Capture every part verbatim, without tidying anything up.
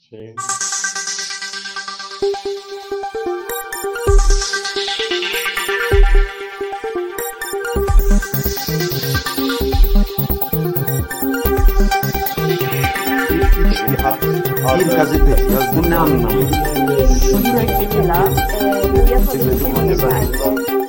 Şey... Bir gazeteci yaz, bu ne anlamı? Mesela e, bu yapabildiğim yeterli.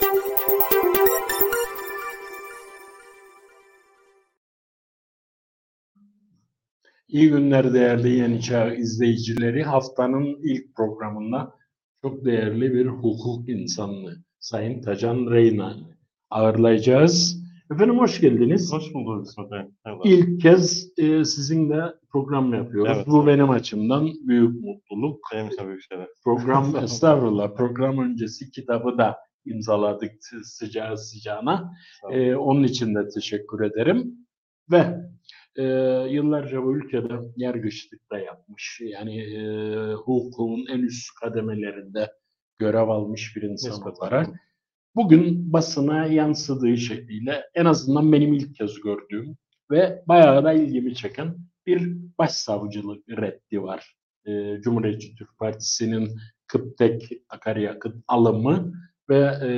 İyi günler değerli Yeni Çağ izleyicileri. Haftanın ilk programında çok değerli bir hukuk insanı Sayın Tacan Reyna ağırlayacağız. Efendim hoş geldiniz. Hoş bulduk İsmet Bey. İlk kez e, sizinle program yapıyoruz. Evet. Bu benim açımdan büyük mutluluk. Benim için büyük şeref. Program estağfurullah. Program öncesi kitabı da imzaladık sıcağı sıcağına. E, onun için de teşekkür ederim. Ve e, yıllarca bu ülkede yargıçlık da yapmış. Yani e, hukukun en üst kademelerinde görev almış bir insan Nispeten. olarak. Bugün basına yansıdığı şekliyle en azından benim ilk kez gördüğüm ve bayağı da ilgimi çeken bir başsavcılık reddi var. E, Cumhuriyetçi Türk Partisi'nin Kıptek akaryakıt alımı ve e,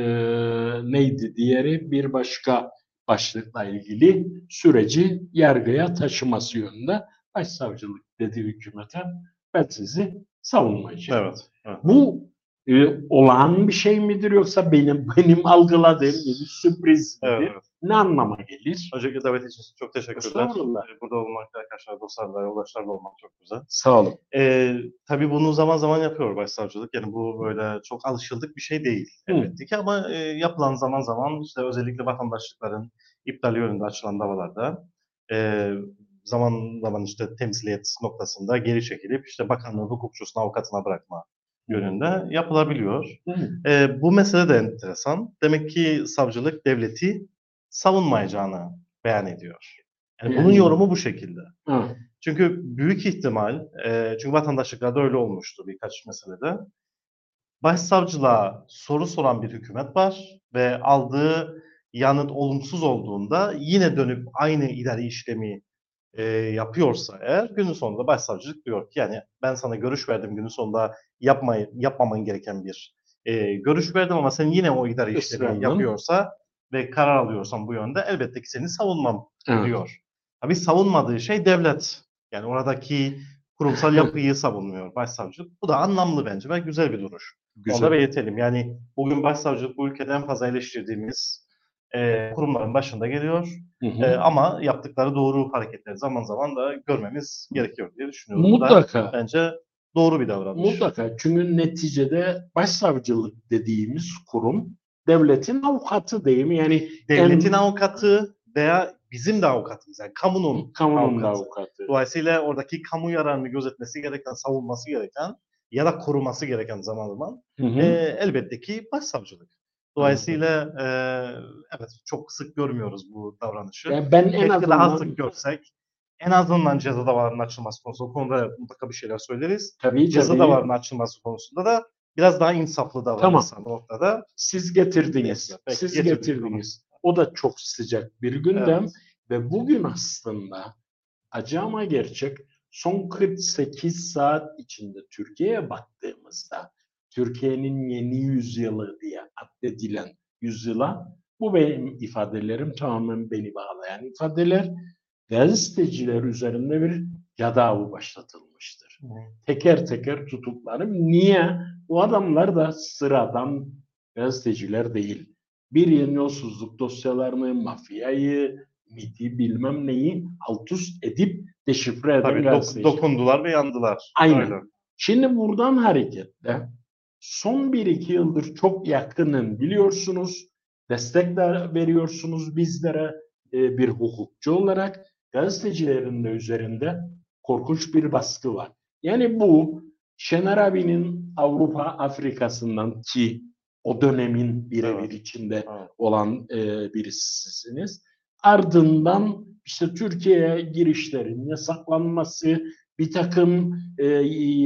neydi diğeri bir başka başlıkla ilgili süreci yargıya taşıması yönünde başsavcılık dedi hükümete. Ben sizi savunmayacağım. Evet. evet. Bu e, olağan bir şey midir yoksa benim benim algıladığım gibi sürpriz midir? Evet, evet. Ne anlama gelir? Öncelikle davet için çok teşekkürler. Estağfurullah. Ee, Burada olmak, arkadaşlar, dostlarla, yoldaşlarla olmak çok güzel. Sağ olun. Ee, tabii bunu zaman zaman yapıyor başsavcılık. Yani bu böyle çok alışıldık bir şey değil Hı. elbette ki ama e, yapılan zaman zaman işte özellikle vatandaşlıkların iptali yönünde açılan davalarda e, zaman zaman işte temsiliyet noktasında geri çekilip işte bakanlığın hukukçusuna, avukatına bırakma yönünde yapılabiliyor. Hı. E, bu mesele de enteresan. Demek ki savcılık devleti savunmayacağını beyan ediyor. Yani bunun Yani- yorumu bu şekilde. Ha. Çünkü büyük ihtimal, e, çünkü vatandaşlıklarda öyle olmuştu birkaç meselede. Başsavcılığa soru soran bir hükümet var ve aldığı yanıt olumsuz olduğunda yine dönüp aynı idari işlemi e, yapıyorsa eğer günün sonunda başsavcılık diyor ki yani ben sana görüş verdim günün sonunda yapmayı, yapmaman gereken bir e, görüş verdim ama sen yine o idari işlemi Israrla. yapıyorsa ve karar alıyorsan bu yönde elbette ki seni savunmam Evet. diyor. Tabii savunmadığı şey devlet. Yani oradaki kurumsal yapıyı savunmuyor başsavcılık. Bu da anlamlı bence ve güzel bir duruş. Onu da Güzel. belirtelim. Yani bugün başsavcılık bu ülkede en fazla eleştirdiğimiz e, kurumların başında geliyor. Hı hı. E, ama yaptıkları doğru hareketleri zaman zaman da görmemiz gerekiyor diye düşünüyorum. Bu da Mutlaka. bence doğru bir davranış. Mutlaka. Çünkü neticede başsavcılık dediğimiz kurum devletin avukatı değil mi? Yani Devletin en- avukatı veya bizim de avukatımız. Yani kamunun, kamunun da avukatı. avukatı. Dolayısıyla oradaki kamu yararını gözetmesi gereken, savunması gereken ya da koruması gereken zaman zaman Hı hı. e, elbette ki başsavcılık. Dolayısıyla e, evet çok sık görmüyoruz bu davranışı. Yani ben en Keşke azından daha sık görsek. En azından ceza davalarının açılması konusunda o konuda mutlaka bir şeyler söyleriz. tabii Ceza tabii davalarının açılması konusunda da biraz daha insaflı davranırsan Tamam. o noktada. siz getirdiniz. Neyse, peki, Siz getirdik. getirdiniz. O da çok sıcak bir gündem Evet. ve bugün aslında acı ama gerçek son kırk sekiz saat içinde Türkiye'ye baktığımızda Türkiye'nin yeni yüzyılı diye addedilen yüzyıla bu benim ifadelerim tamamen beni bağlayan ifadeler gazeteciler üzerinde bir yadavu başlatılmıştır. Hı. Teker teker tutuklanıp niye? Bu adamlar da sıradan gazeteciler değil. Bir yolsuzluk dosyalarını, mafyayı, MİT'i bilmem neyi alt üst edip deşifre eden Tabii dok- gazeteciler. dokundular ve yandılar. Aynen. Öyle. Şimdi buradan hareketle son bir iki yıldır çok yakının biliyorsunuz. Destek de veriyorsunuz bizlere e, bir hukukçu olarak. Gazetecilerin de üzerinde korkunç bir baskı var. Yani bu Şener abinin Avrupa Afrika'sından ki o dönemin birebir Evet. içinde Evet. olan e, birisisiniz. Ardından işte Türkiye'ye girişlerin yasaklanması, bir takım e, e,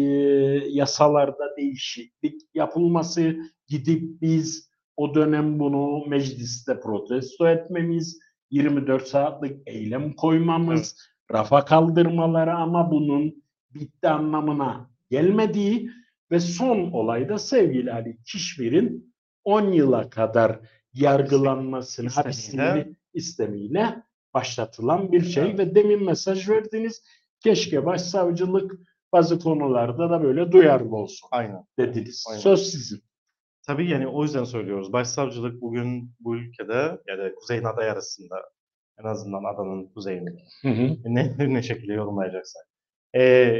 yasalarda değişiklik yapılması, gidip biz o dönem bunu mecliste protesto etmemiz, yirmi dört saatlik eylem koymamız, rafa kaldırmaları ama bunun bitti anlamına gelmediği ve son olayda sevgili Ali Kişmir'in on yıla kadar yargılanmasını, hapisini istemiyle başlatılan bir şey. Evet. Ve demin mesaj verdiniz. Keşke başsavcılık bazı konularda da böyle duyarlı olsun Aynen. dediniz. Aynen. Söz sizin. Tabii yani o yüzden söylüyoruz. Başsavcılık bugün bu ülkede yani Kuzey'in aday arasında en azından adanın kuzeyinde Hı hı. ne, ne şekilde yorumlayacaksak. Ee,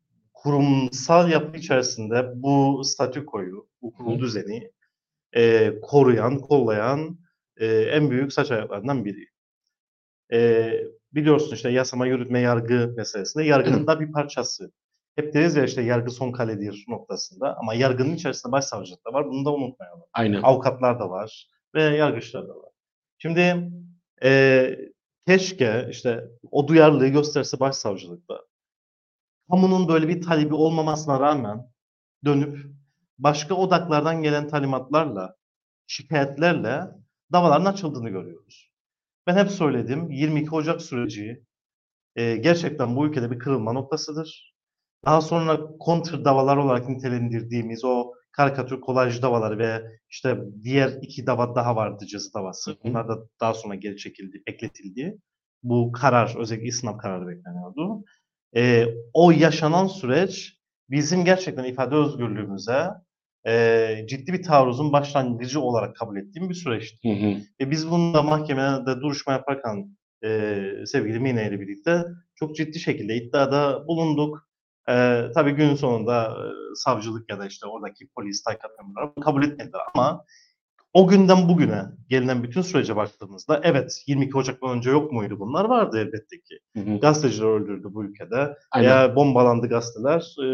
kurumsal yapı içerisinde bu statükoyu, bu kurul düzeni e, koruyan, kollayan e, en büyük saç ayaklarından biri. E, biliyorsun işte yasama, yürütme, yargı meselesinde yargının da bir parçası. Hep deriz ya işte yargı son kaledir noktasında ama yargının içerisinde başsavcılık da var. Bunu da unutmayalım. Aynen. Avukatlar da var ve yargıçlar da var. Şimdi e, keşke işte o duyarlılığı gösterse başsavcılıkta. Kamunun böyle bir talebi olmamasına rağmen dönüp başka odaklardan gelen talimatlarla, şikayetlerle davaların açıldığını görüyoruz. Ben hep söyledim, yirmi iki Ocak süreci e, gerçekten bu ülkede bir kırılma noktasıdır. Daha sonra kontr davalar olarak nitelendirdiğimiz o karikatür kolaj davaları ve işte diğer iki dava daha vardı, ceza davası. Bunlar da daha sonra geri çekildi, bekletildi. Bu karar, özellikle istinaf kararı bekleniyordu. E, o yaşanan süreç bizim gerçekten ifade özgürlüğümüze e, ciddi bir taarruzun başlangıcı olarak kabul ettiğim bir süreçti. Hı hı. E, biz bunu da mahkemede duruşma yaparken e, sevgili Mine ile birlikte çok ciddi şekilde iddiada bulunduk. E, tabii günün sonunda e, savcılık ya da işte oradaki polis, taykat memurları kabul etmediler ama o günden bugüne gelinen bütün sürece baktığımızda evet yirmi iki Ocak'tan önce yok muydu bunlar? Vardı elbette ki. Hı hı. Gazeteciler öldürüldü bu ülkede. Aynen. Veya bombalandı gazeteler. E,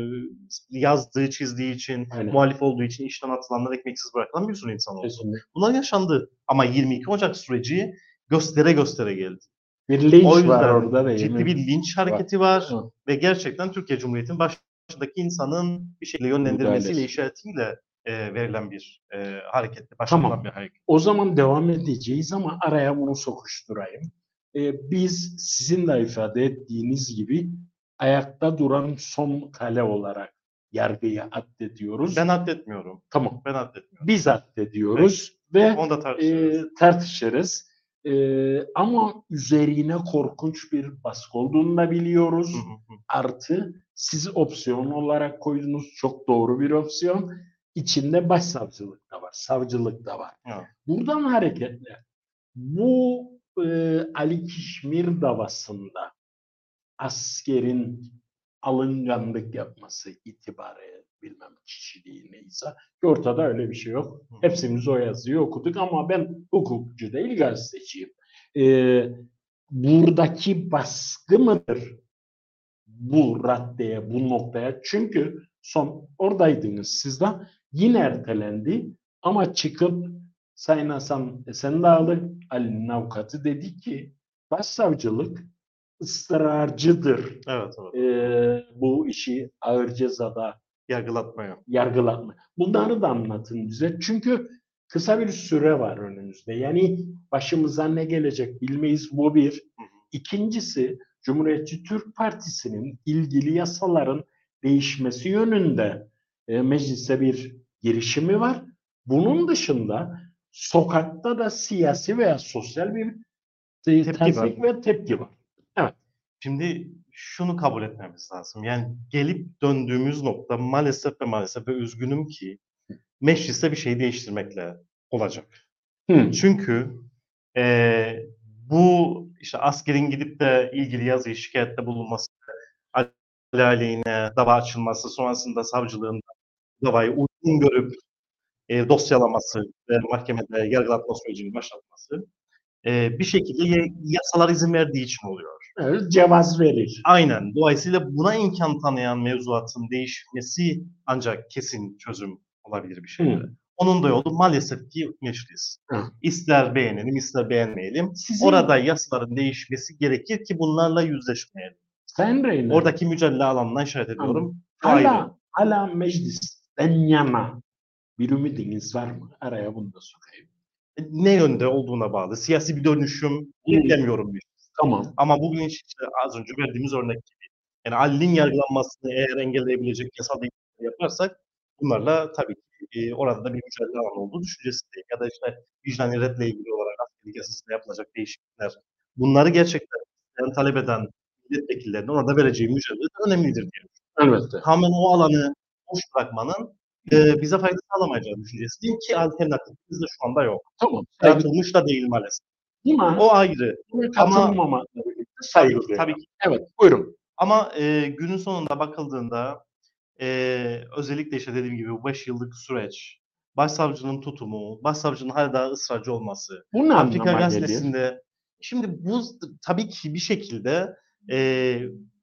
yazdığı, çizdiği için, Aynen. muhalif olduğu için işten atılanlar, ekmeksiz bırakılan bir sürü insan oldu. Kesinlikle. Bunlar yaşandı. Ama yirmi iki Ocak süreci göstere göstere geldi. Bir linç O yüzden var orada da. ciddi yemin. bir linç hareketi var. Hı. Ve gerçekten Türkiye Cumhuriyeti'nin başındaki insanın bir şekilde yönlendirmesiyle, Müdahalesi. işaretiyle e, verilen bir e, hareketti. Başlatılan Tamam. bir hareket. O zaman devam edeceğiz ama araya bunu sokuşturayım. Ee, biz sizin de ifade ettiğiniz gibi ayakta duran son kale olarak yargıyı addediyoruz. Ben addetmiyorum. Tamam. Ben addetmiyorum. Biz addediyoruz ve Onu da e, tartışırız. tartışırız. E, ama üzerine korkunç bir baskı olduğunu da biliyoruz. Hı hı hı. Artı siz opsiyon olarak koydunuz. Çok doğru bir opsiyon. İçinde başsavcılık da var, savcılık da var. Evet. Buradan hareketle bu e, Ali Kişmir davasında askerin alınganlık yapması, itibarı, bilmem kişiliği neyse ki ortada öyle bir şey yok. Hepsimiz o yazıyı okuduk ama ben hukukçu değil gazeteciyim. Ee, buradaki baskı mıdır bu raddeye, bu noktaya? Çünkü son oradaydınız siz de yine ertelendi ama çıkıp Sayın Hasan Esendağlı, Ali'nin avukatı dedi ki başsavcılık ısrarcıdır. Evet, evet. Ee, bu işi ağır cezada Yargılatmaya. yargılatma. Bunları da anlatın bize. Çünkü kısa bir süre var önümüzde. Yani başımıza ne gelecek bilmeyiz. Bu bir. İkincisi Cumhuriyetçi Türk Partisi'nin ilgili yasaların değişmesi yönünde e, meclise bir girişimi var. Bunun dışında sokakta da siyasi veya sosyal bir e, Tepki tezlik var. ve tepki var. Evet. Şimdi şunu kabul etmemiz lazım. Yani gelip döndüğümüz nokta maalesef ve maalesef ve üzgünüm ki mecliste bir şey değiştirmekle olacak. Hı. Çünkü eee, bu işte askerin gidip de ilgili yazıyı şikayette bulunması, Ali aleyhine dava açılması, sonrasında savcılığın davayı uygun görüp e, dosyalaması ve mahkemede yargılatma sürecini başlatması e, bir şekilde ye- yasalar izin verdiği için oluyor. Evet, cevaz verir. Aynen. Dolayısıyla buna imkan tanıyan mevzuatın değişmesi ancak kesin çözüm olabilir bir şeyde. Hı. Onun da yolu maalesef ki meclis. Hı. İster beğenelim, ister beğenmeyelim. Sizin- Orada yasaların değişmesi gerekir ki bunlarla yüzleşmeyelim. Sayın Reyna, Oradaki mücadele alanına işaret ediyorum. Bu hala, ayrı. hala meclisten yana bir ümidiniz var mı? Araya bunu da sokayım. Ne yönde olduğuna bağlı. Siyasi bir dönüşüm beklemiyorum. Bir. Tamam. Ama bugün işte az önce verdiğimiz örnek gibi Yani Ali'nin yargılanmasını eğer engelleyebilecek yasal değişiklikler yaparsak bunlarla tabii ki e, orada da bir mücadele alanı olduğu düşüncesindeyim. Ya da işte vicdani redle ilgili olarak askerlik yasasında yapılacak değişiklikler. Bunları gerçekten yani talep eden milletvekillerinin orada vereceği mücadele de önemlidir diye. Elbette. Tamamen o alanı boş bırakmanın e, bize fayda sağlamayacağı düşüncesindeyim ki alternatifimiz de şu anda yok. Tamam. Saygı, Yaratılmış da değil maalesef. buna, O ayrı. buna Ama katılmamakla birlikte saygı tabii ki, duyuyorum. tabii ki. Evet, buyurun. Ama e, günün sonunda bakıldığında e, özellikle işte dediğim gibi bu beş yıllık süreç, başsavcının tutumu, başsavcının hala daha ısrarcı olması, Bu ne Afrika anlama gazetesinde şimdi bu tabii ki bir şekilde e,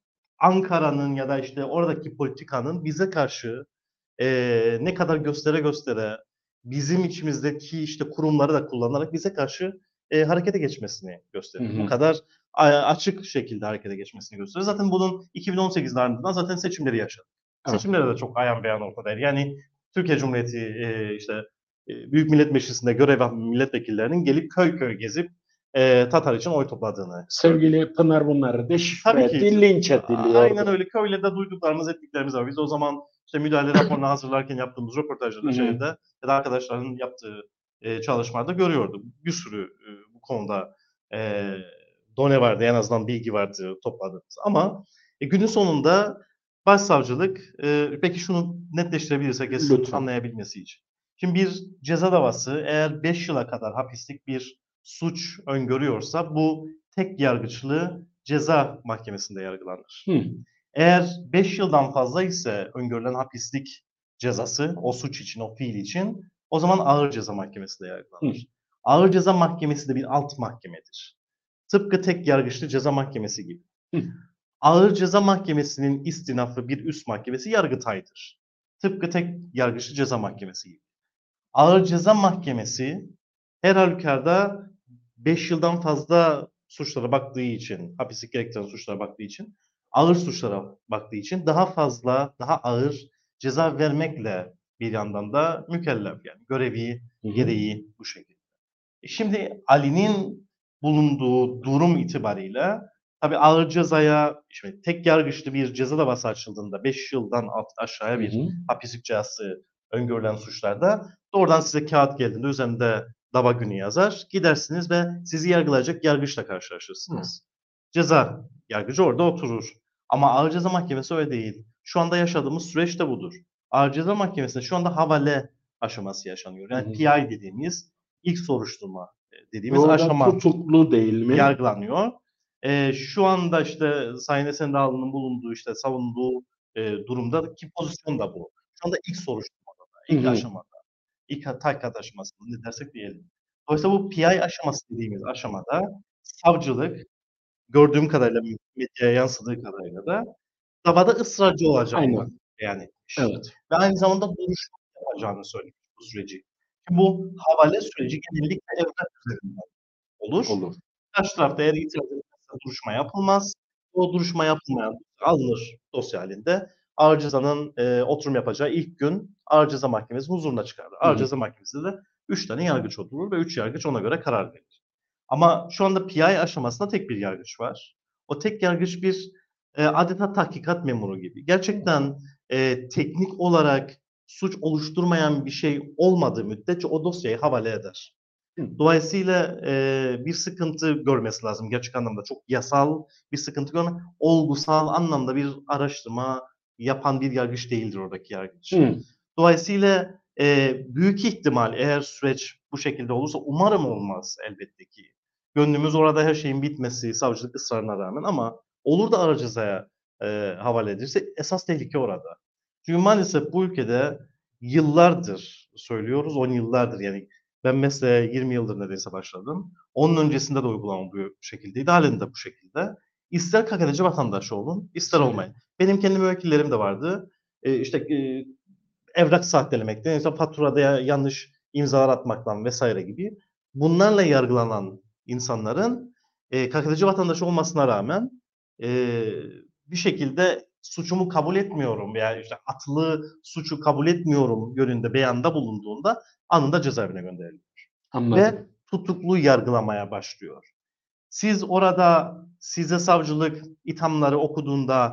Ankara'nın ya da işte oradaki politikanın bize karşı e, ne kadar göstere göstere bizim içimizdeki işte kurumları da kullanarak bize karşı e, harekete geçmesini gösteriyor. Hı hı. Bu kadar a- açık şekilde harekete geçmesini gösteriyor. Zaten bunun iki bin on sekizin ardından zaten seçimleri yaşadık. Evet. Seçimlerde de çok ayan beyan ortadaydı. Yani Türkiye Cumhuriyeti e, işte e, Büyük Millet Meclisi'nde görev yapan milletvekillerinin gelip köy köy gezip e, Tatar için oy topladığını. Sevgili Pınar bunları deşifre Tabii ki. etti, linç ediliyordu. Aynen öyle. Köyle de duyduklarımız, ettiklerimiz var. Biz o zaman işte müdahale raporunu hazırlarken yaptığımız röportajlarda Hı hı. şeyde ya da arkadaşların yaptığı e, çalışmalarda görüyorduk. Bir sürü e, bu konuda e, done vardı, en azından bilgi vardı topladığımız. Ama e, günün sonunda başsavcılık, e, peki şunu netleştirebilirsek kesin Lütfen. anlayabilmesi için. Şimdi bir ceza davası eğer beş yıla kadar hapislik bir suç öngörüyorsa bu tek yargıçlı ceza mahkemesinde yargılanır. Hı. Eğer beş yıldan fazla ise öngörülen hapislik cezası o suç için, o fiil için o zaman ağır ceza mahkemesinde yargılanır. Hı. Ağır ceza mahkemesi de bir alt mahkemedir. Tıpkı tek yargıçlı ceza mahkemesi gibi. Hı. Ağır ceza mahkemesinin istinafı bir üst mahkemesi Yargıtay'dır. Tıpkı tek yargıçlı ceza mahkemesi gibi. Ağır ceza mahkemesi her halükarda beş yıldan fazla suçlara baktığı için, hapislik gerektiren suçlara baktığı için, ağır suçlara baktığı için daha fazla, daha ağır ceza vermekle bir yandan da mükellef yani görevi, Hı hı. gereği bu şekilde. E Şimdi Ali'nin bulunduğu durum itibariyle tabii ağır cezaya işte tek yargıçlı bir ceza davası açıldığında beş yıldan alt aşağıya Hı bir hı. hapis cezası öngörülen suçlarda doğrudan size kağıt geldiğinde üzerinde dava günü yazar. Gidersiniz ve sizi yargılayacak yargıçla karşılaşırsınız. Ceza yargıcı orada oturur. Ama ağır ceza mahkemesi öyle değil. Şu anda yaşadığımız süreç de budur. Ağır ceza mahkemesinde şu anda havale aşaması yaşanıyor. Hı Yani hı. P I dediğimiz ilk soruşturma e, dediğimiz Orada aşama tutuklu değil mi? yargılanıyor. E, şu anda işte Sayın Esendağlı'nın bulunduğu işte savunduğu e, durumdaki pozisyon da bu. Şu anda ilk soruşturmada, da, Hı ilk hı. aşamada, ilk tahkikat aşamasında ne dersek diyelim. Dolayısıyla bu P I aşaması dediğimiz aşamada savcılık gördüğüm kadarıyla medyaya yansıdığı kadarıyla da davada ısrarcı olacağını Aynen. beyan etmiş. Evet. Ve aynı zamanda duruşma yapacağını söylemiş bu süreci. Şimdi bu havale süreci genellikle evrak üzerinden olur. Olur. Karşı tarafta eğer itiraz ederse duruşma yapılmaz. O duruşma yapılmayan dosya alınır dosya halinde. Ağır cezanın e, oturum yapacağı ilk gün Ağır Ceza Mahkemesi'nin huzuruna çıkarır. Hı Ağır hı. Ceza Mahkemesi'nde de üç tane yargıç oturur ve üç yargıç ona göre karar verir. Ama şu anda P I aşamasında tek bir yargıç var. O tek yargıç bir e, adeta tahkikat memuru gibi. Gerçekten e, teknik olarak suç oluşturmayan bir şey olmadığı müddetçe o dosyayı havale eder. Hı. Dolayısıyla e, bir sıkıntı görmesi lazım. Gerçek anlamda çok yasal bir sıkıntı görme. Olgusal anlamda bir araştırma yapan bir yargıç değildir oradaki yargıç. Hı. Dolayısıyla e, büyük ihtimal eğer süreç bu şekilde olursa umarım olmaz elbette ki. Gönlümüz orada her şeyin bitmesi, savcılık ısrarına rağmen ama olur da ağır cezaya e, havale edilirse esas tehlike orada. Çünkü maalesef bu ülkede yıllardır söylüyoruz, on yıllardır yani ben mesleğe yirmi yıldır neredeyse başladım. Onun öncesinde de uygulama bu şekildeydi. Halen de bu şekilde. İster K K T C vatandaşı olun, ister olmayın. Benim kendi müvekkillerim de vardı. E, işte e, evrak sahtelemekten, işte faturada yanlış imzalar atmaktan vesaire gibi. Bunlarla yargılanan insanların e, K K T C vatandaşı olmasına rağmen e, bir şekilde suçumu kabul etmiyorum veya işte atılı suçu kabul etmiyorum yönünde beyanda bulunduğunda anında cezaevine gönderiliyor. Anladım. Ve tutuklu yargılamaya başlıyor. Siz orada size savcılık ithamları okuduğunda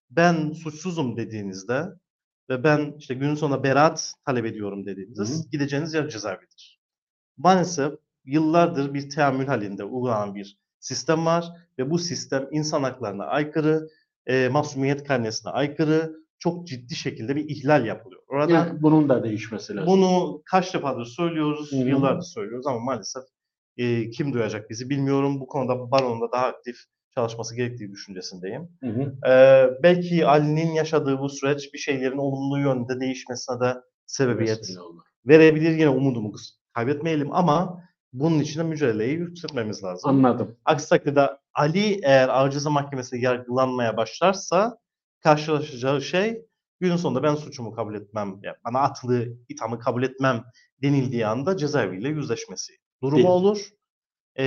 ben suçsuzum dediğinizde ve ben işte günün sonunda beraat talep ediyorum dediğinizde Hı hı. siz gideceğiniz yer cezaevidir. Maalesef yıllardır bir teamül halinde uygulanan bir sistem var ve bu sistem insan haklarına aykırı, e, masumiyet karnesine aykırı, çok ciddi şekilde bir ihlal yapılıyor. Orada Yani bunun da değişmesi lazım. bunu kaç defadır söylüyoruz, Hı hı. yıllardır söylüyoruz ama maalesef e, kim duyacak bizi bilmiyorum. Bu konuda baronun da daha aktif çalışması gerektiği düşüncesindeyim. Hı hı. Ee, belki Ali'nin yaşadığı bu süreç bir şeylerin olumlu yönde değişmesine de sebebiyet Vesile olur. verebilir. Yine umudumu kaybetmeyelim ama bunun için de mücadeleyi yükseltmemiz lazım. Anladım. Aksi takdirde Ali eğer Ağır Ceza Mahkemesi'nde yargılanmaya başlarsa karşılaşacağı şey günün sonunda ben suçumu kabul etmem, yani bana attığı ithamı kabul etmem denildiği anda cezaeviyle yüzleşmesi durumu Değil. olur. Ee,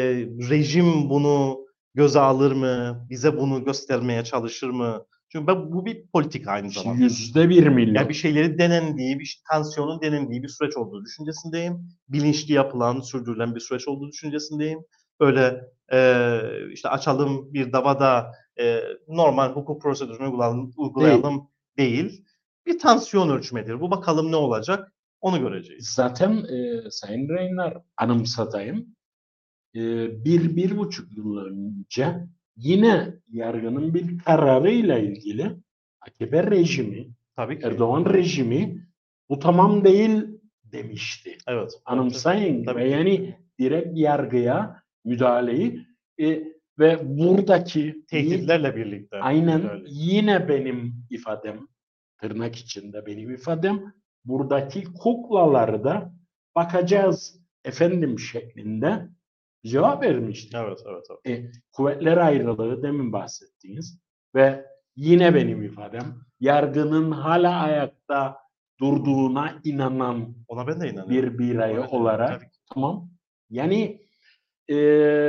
rejim bunu göze alır mı? Bize bunu göstermeye çalışır mı? Çünkü ben, bu bir politika aynı zamanda. Yüzde bir milyon. Yani bir şeyleri denendiği, bir tansiyonun denendiği bir süreç olduğu düşüncesindeyim. Bilinçli yapılan, sürdürülen bir süreç olduğu düşüncesindeyim. Böyle e, işte açalım bir davada e, normal hukuk prosedürünü uygulayalım, uygulayalım değil. Bir tansiyon ölçmedir. Bu bakalım ne olacak onu göreceğiz. Zaten e, Sayın Reynler anımsatayım. E, bir, bir buçuk yıl önce yine yargının bir kararıyla ilgili A K P rejimi, Tabii ki. Erdoğan rejimi bu tamam değil demişti. Evet. Anımsayın Tabii ve ki. yani direkt yargıya müdahaleyi e, ve buradaki Tehditlerle birlikte. aynen müdahale. yine benim ifadem, tırnak içinde benim ifadem, buradaki kuklaları da bakacağız efendim şeklinde cevap vermişti. Evet, evet, evet. E, kuvvetler ayrılığı demin bahsettiğiniz ve yine benim ifadem, yargının hala ayakta durduğuna inanan Ona ben de inanıyorum. bir birey Evet, olarak tabii ki. tamam. Yani e,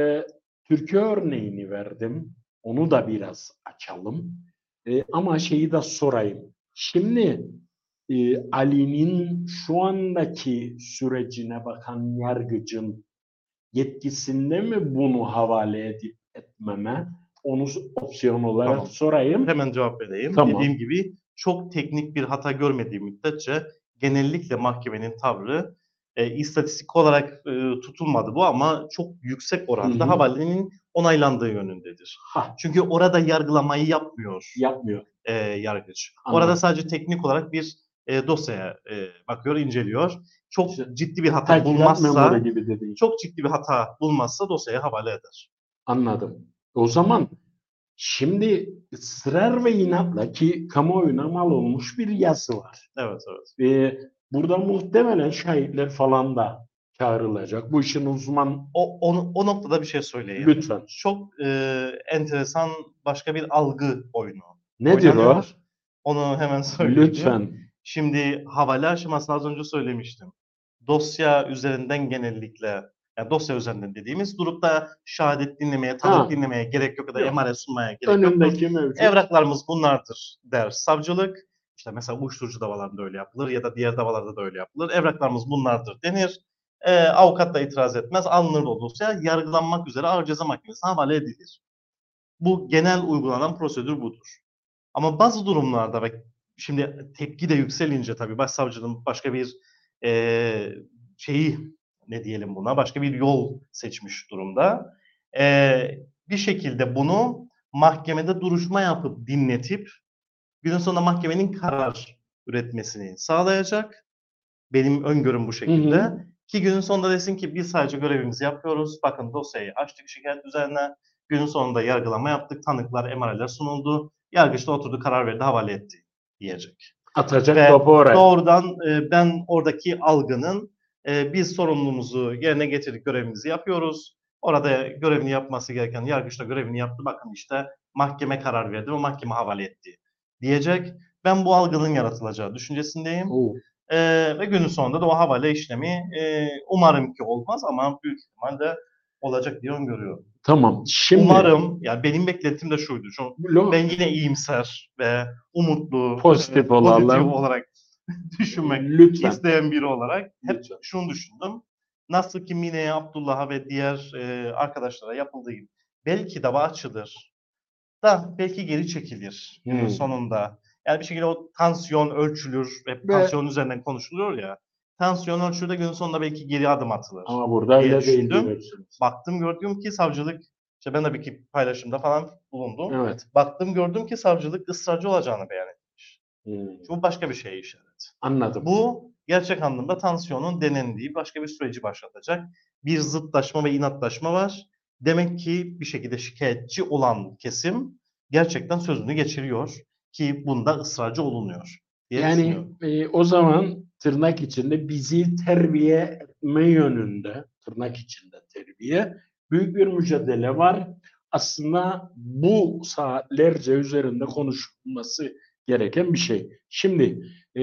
Türkiye örneğini verdim. Onu da biraz açalım. E, ama şeyi de sorayım. Şimdi e, Ali'nin şu andaki sürecine bakan yargıcın yetkisinde mi bunu havale edip etmeme? Onu opsiyon olarak Tamam. sorayım. Hemen cevap vereyim. Tamam. Dediğim gibi çok teknik bir hata görmediği müddetçe genellikle mahkemenin tavrı e, istatistik olarak e, tutulmadı bu ama çok yüksek oranda Hı hı. havalenin onaylandığı yönündedir. Ha, Çünkü orada yargılamayı yapmıyor yapmıyor. e, yargıç. Anladım. Orada sadece teknik olarak bir e, dosyaya e, bakıyor, inceliyor. Çok İşte ciddi bir hata Takikat bulmazsa, memuru gibi dediğin. çok ciddi bir hata bulmazsa dosyaya havale eder. Anladım. O zaman şimdi ısrar ve inatla ki kamuoyuna mal olmuş bir yazı var. Evet, evet. Ee, burada muhtemelen şahitler falan da çağrılacak. Bu işin uzman O, o, o noktada bir şey söyleyeyim. lütfen. Çok e, enteresan başka bir algı oyunu Nedir o? oynanıyor. Onu hemen söyleyeyim. Lütfen. Şimdi havale aşamasını az önce söylemiştim. Dosya üzerinden genellikle, yani dosya üzerinden dediğimiz durup da şehadet dinlemeye, tanık Ha. dinlemeye gerek yok ya da Yok. emare sunmaya gerek yok. Önündeki mevcut. Evraklarımız bunlardır der savcılık. İşte mesela uyuşturucu davalarında öyle yapılır ya da diğer davalarda da öyle yapılır. Evraklarımız bunlardır denir. E, avukat da itiraz etmez. Alınır o dosya. Yargılanmak üzere Ağır Ceza Mahkemesi'ne havale edilir. Bu genel uygulanan prosedür budur. Ama bazı durumlarda ve şimdi tepki de yükselince tabii başsavcının başka bir e, şeyi ne diyelim buna başka bir yol seçmiş durumda. E, bir şekilde bunu mahkemede duruşma yapıp dinletip günün sonunda mahkemenin karar üretmesini sağlayacak. Benim öngörüm bu şekilde. Hı hı. Ki günün sonunda desin ki biz sadece görevimizi yapıyoruz. Bakın dosyayı açtık şikayet üzerine. Günün sonunda yargılama yaptık. Tanıklar, emareler sunuldu. Yargıç da oturdu, karar verdi, havale etti diyecek. Atacak Ve topu oraya. doğrudan e, ben oradaki algının e, biz sorumluluğumuzu yerine getirdik, görevimizi yapıyoruz. Orada görevini yapması gereken yargıç da görevini yaptı. Bakın işte mahkeme karar verdi ve mahkeme havale etti diyecek. Ben bu algının yaratılacağı düşüncesindeyim. Oo. Ee, ve günün sonunda da o havale işlemi e, umarım ki olmaz ama büyük ihtimalle olacak diye öngörüyorum. Tamam. Şimdi Umarım, yani benim beklentim de şuydu. Şu, Lo- ben yine iyimser ve umutlu, Pozitif e, pozitif olalım. olarak düşünmek lütfen. isteyen biri olarak hep Lütfen. şunu düşündüm. Nasıl ki Mine'ye, Abdullah'a ve diğer e, arkadaşlara yapıldığı gibi belki dava açılır. da belki geri çekilir günün Hmm. sonunda. Yani bir şekilde o tansiyon ölçülür. Hep Ve- tansiyon üzerinden konuşuluyor ya. Tansiyon ölçülür de günün sonunda belki geri adım atılır Ama burada diye öyle değil düşündüm. diyorsunuz. Baktım gördüm ki savcılık, işte ben de bir paylaşımda falan bulundum. Evet. Baktım gördüm ki savcılık ısrarcı olacağını beyan etmiş. Hmm. Bu başka bir şeye işaret. Anladım. Bu gerçek anlamda tansiyonun denendiği başka bir süreci başlatacak. Bir zıtlaşma ve inatlaşma var. Demek ki bir şekilde şikayetçi olan kesim gerçekten sözünü geçiriyor ki bunda ısrarcı olunuyor diye Yani düşünüyorum. e, o zaman tırnak içinde bizi terbiye etme yönünde, tırnak içinde terbiye, büyük bir mücadele var. Aslında bu saatlerce üzerinde konuşulması gereken bir şey. Şimdi e,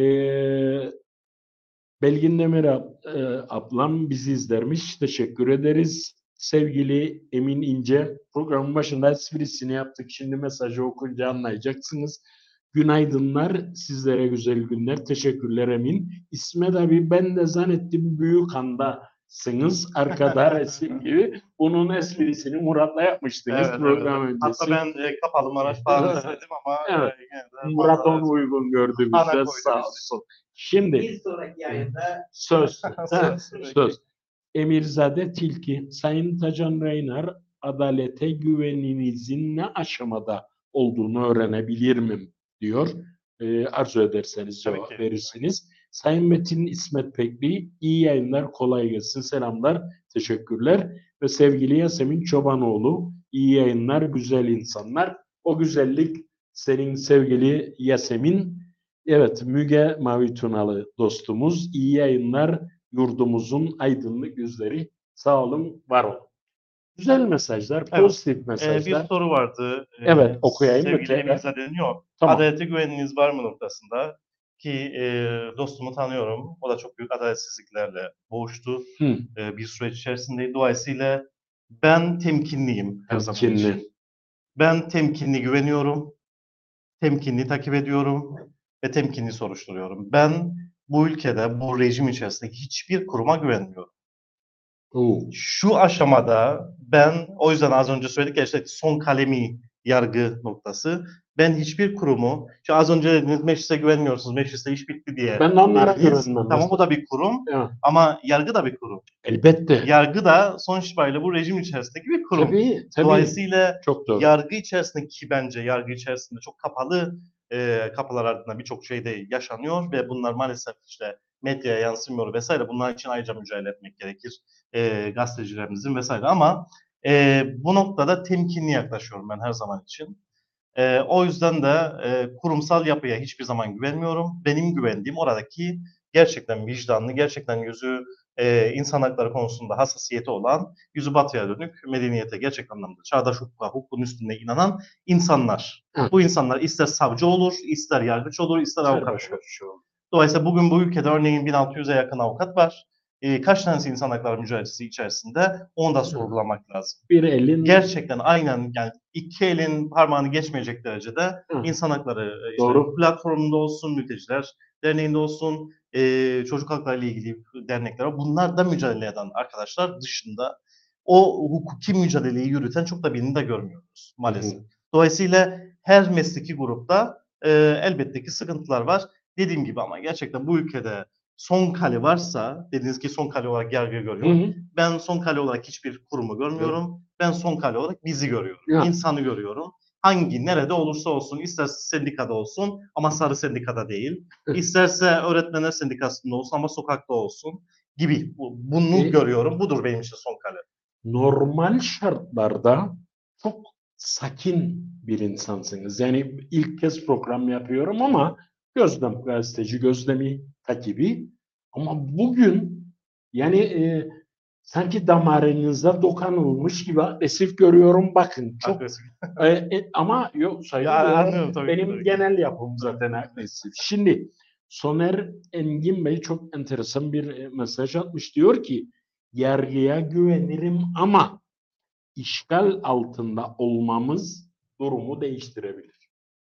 Belgin Demir ab- e, ablam bizi izlermiş. Teşekkür ederiz. Sevgili Emin İnce, programın başında esprisini yaptık. Şimdi mesajı okunca anlayacaksınız. Günaydınlar, sizlere güzel günler. Teşekkürler Emin. İsmet abi, ben de zannettim Büyükhan'dasınız. Arkada resim gibi. Bunun esprisini Murat'la yapmıştınız Evet, evet, program evet. öncesi. Hatta ben e, kapalı Maraş falan istedim ama Evet. e, yine de Murat fazla- onu uygun gördü Ana bize, koydu sağ bizi. olsun. Şimdi Bir sonraki yayında söz. Söz. söz. Emirzade Tilki, Sayın Tacan Reynar, adalete güveninizin ne aşamada olduğunu öğrenebilir miyim diyor. Ee, arzu ederseniz Tabii cevap ki. verirsiniz. Sayın Metin İsmet Pekli, iyi yayınlar, kolay gelsin, selamlar, teşekkürler. Ve sevgili Yasemin Çobanoğlu, iyi yayınlar, güzel insanlar. O güzellik senin sevgili Yasemin. Evet, Müge Mavi Tunalı dostumuz, iyi yayınlar, yurdumuzun aydınlık yüzleri. Sağ olun, var olun. Güzel mesajlar, Evet. pozitif E, bir mesajlar. soru vardı. E, Evet, okuyayım mı Sevgili tekrar? Emirzade'nin yok. Tamam. Adalete güveniniz var mı noktasında ki e, dostumu tanıyorum. O da çok büyük adaletsizliklerle boğuştu. Hı, E, bir süreç içerisinde. Dolayısıyla ben temkinliyim her zaman için. temkinli. Ben temkinli güveniyorum. Temkinli takip ediyorum ve temkinli soruşturuyorum. Ben bu ülkede, bu rejim içerisinde hiçbir kuruma güvenmiyorum. Oo. Şu aşamada ben, o yüzden az önce söyledik ya, işte son kalemi yargı noktası. Ben hiçbir kurumu, işte az önce dediniz meclise güvenmiyorsunuz, mecliste iş bitti diye Ben de onlara dediniz. güvenmem. Tamam, o da bir kurum Evet, ama yargı da bir kurum. elbette. Yargı da sonuç itibariyle bu rejim içerisindeki bir kurum. Tabii, tabii. Dolayısıyla Çok doğru. yargı içerisinde, ki bence yargı içerisinde çok kapalı e, kapılar ardında birçok şey de yaşanıyor ve bunlar maalesef işte medyaya yansımıyor vesaire. Bunlar için ayrıca mücadele etmek gerekir. E, gazetecilerimizin vesaire ama e, bu noktada temkinli yaklaşıyorum ben her zaman için. E, o yüzden de e, kurumsal yapıya hiçbir zaman güvenmiyorum. Benim güvendiğim oradaki gerçekten vicdanlı, gerçekten yüzü e, insan hakları konusunda hassasiyeti olan, yüzü batıya dönük, medeniyete gerçek anlamda çağdaş hukuka, hukukun üstünde inanan insanlar. Evet. Bu insanlar ister savcı olur, ister yargıç olur, ister avukat Başka olur. bir şey oldu. Dolayısıyla bugün bu ülkede örneğin bin altı yüze yakın avukat var. E, kaç tanesi insan hakları mücadelesi içerisinde, onu da sorgulamak lazım. Bir elin Gerçekten aynen, yani iki elin parmağını geçmeyecek derecede Hı. insan hakları e, işte Doğru. platformunda olsun, mülteciler derneğinde olsun, e, çocuk hakları ile ilgili dernekler var. Bunlar da mücadele eden arkadaşlar dışında o hukuki mücadeleyi yürüten çok da birini de görmüyoruz maalesef. Hı hı. Dolayısıyla her mesleki grupta e, elbette ki sıkıntılar var. Dediğim gibi ama gerçekten bu ülkede son kale varsa, dediğiniz ki son kale olarak yargıyı Hı görüyorum. hı. Ben son kale olarak hiçbir kurumu görmüyorum. Ben son kale olarak bizi görüyorum. Ya. İnsanı görüyorum. Hangi, nerede olursa olsun, ister sendikada olsun ama sarı sendikada değil. İsterse öğretmenler sendikasında olsun ama sokakta olsun gibi. Bu- Bunu E- görüyorum. Budur benim için son kale. Normal şartlarda çok sakin bir insansınız. Yani ilk kez program yapıyorum ama gözlem, gazeteci gözlemi takibi. Ama bugün yani e, sanki damarınıza dokanılmış gibi agresif görüyorum. Bakın çok Agresif. e, e, ama yok sayılır. Ya, ya. anlıyorum tabii ki, Benim tabii ki. genel yapım zaten agresif. Şimdi Soner Engin Bey çok enteresan bir e, mesaj atmış. Diyor ki yargıya güvenirim ama işgal altında olmamız durumu değiştirebilir.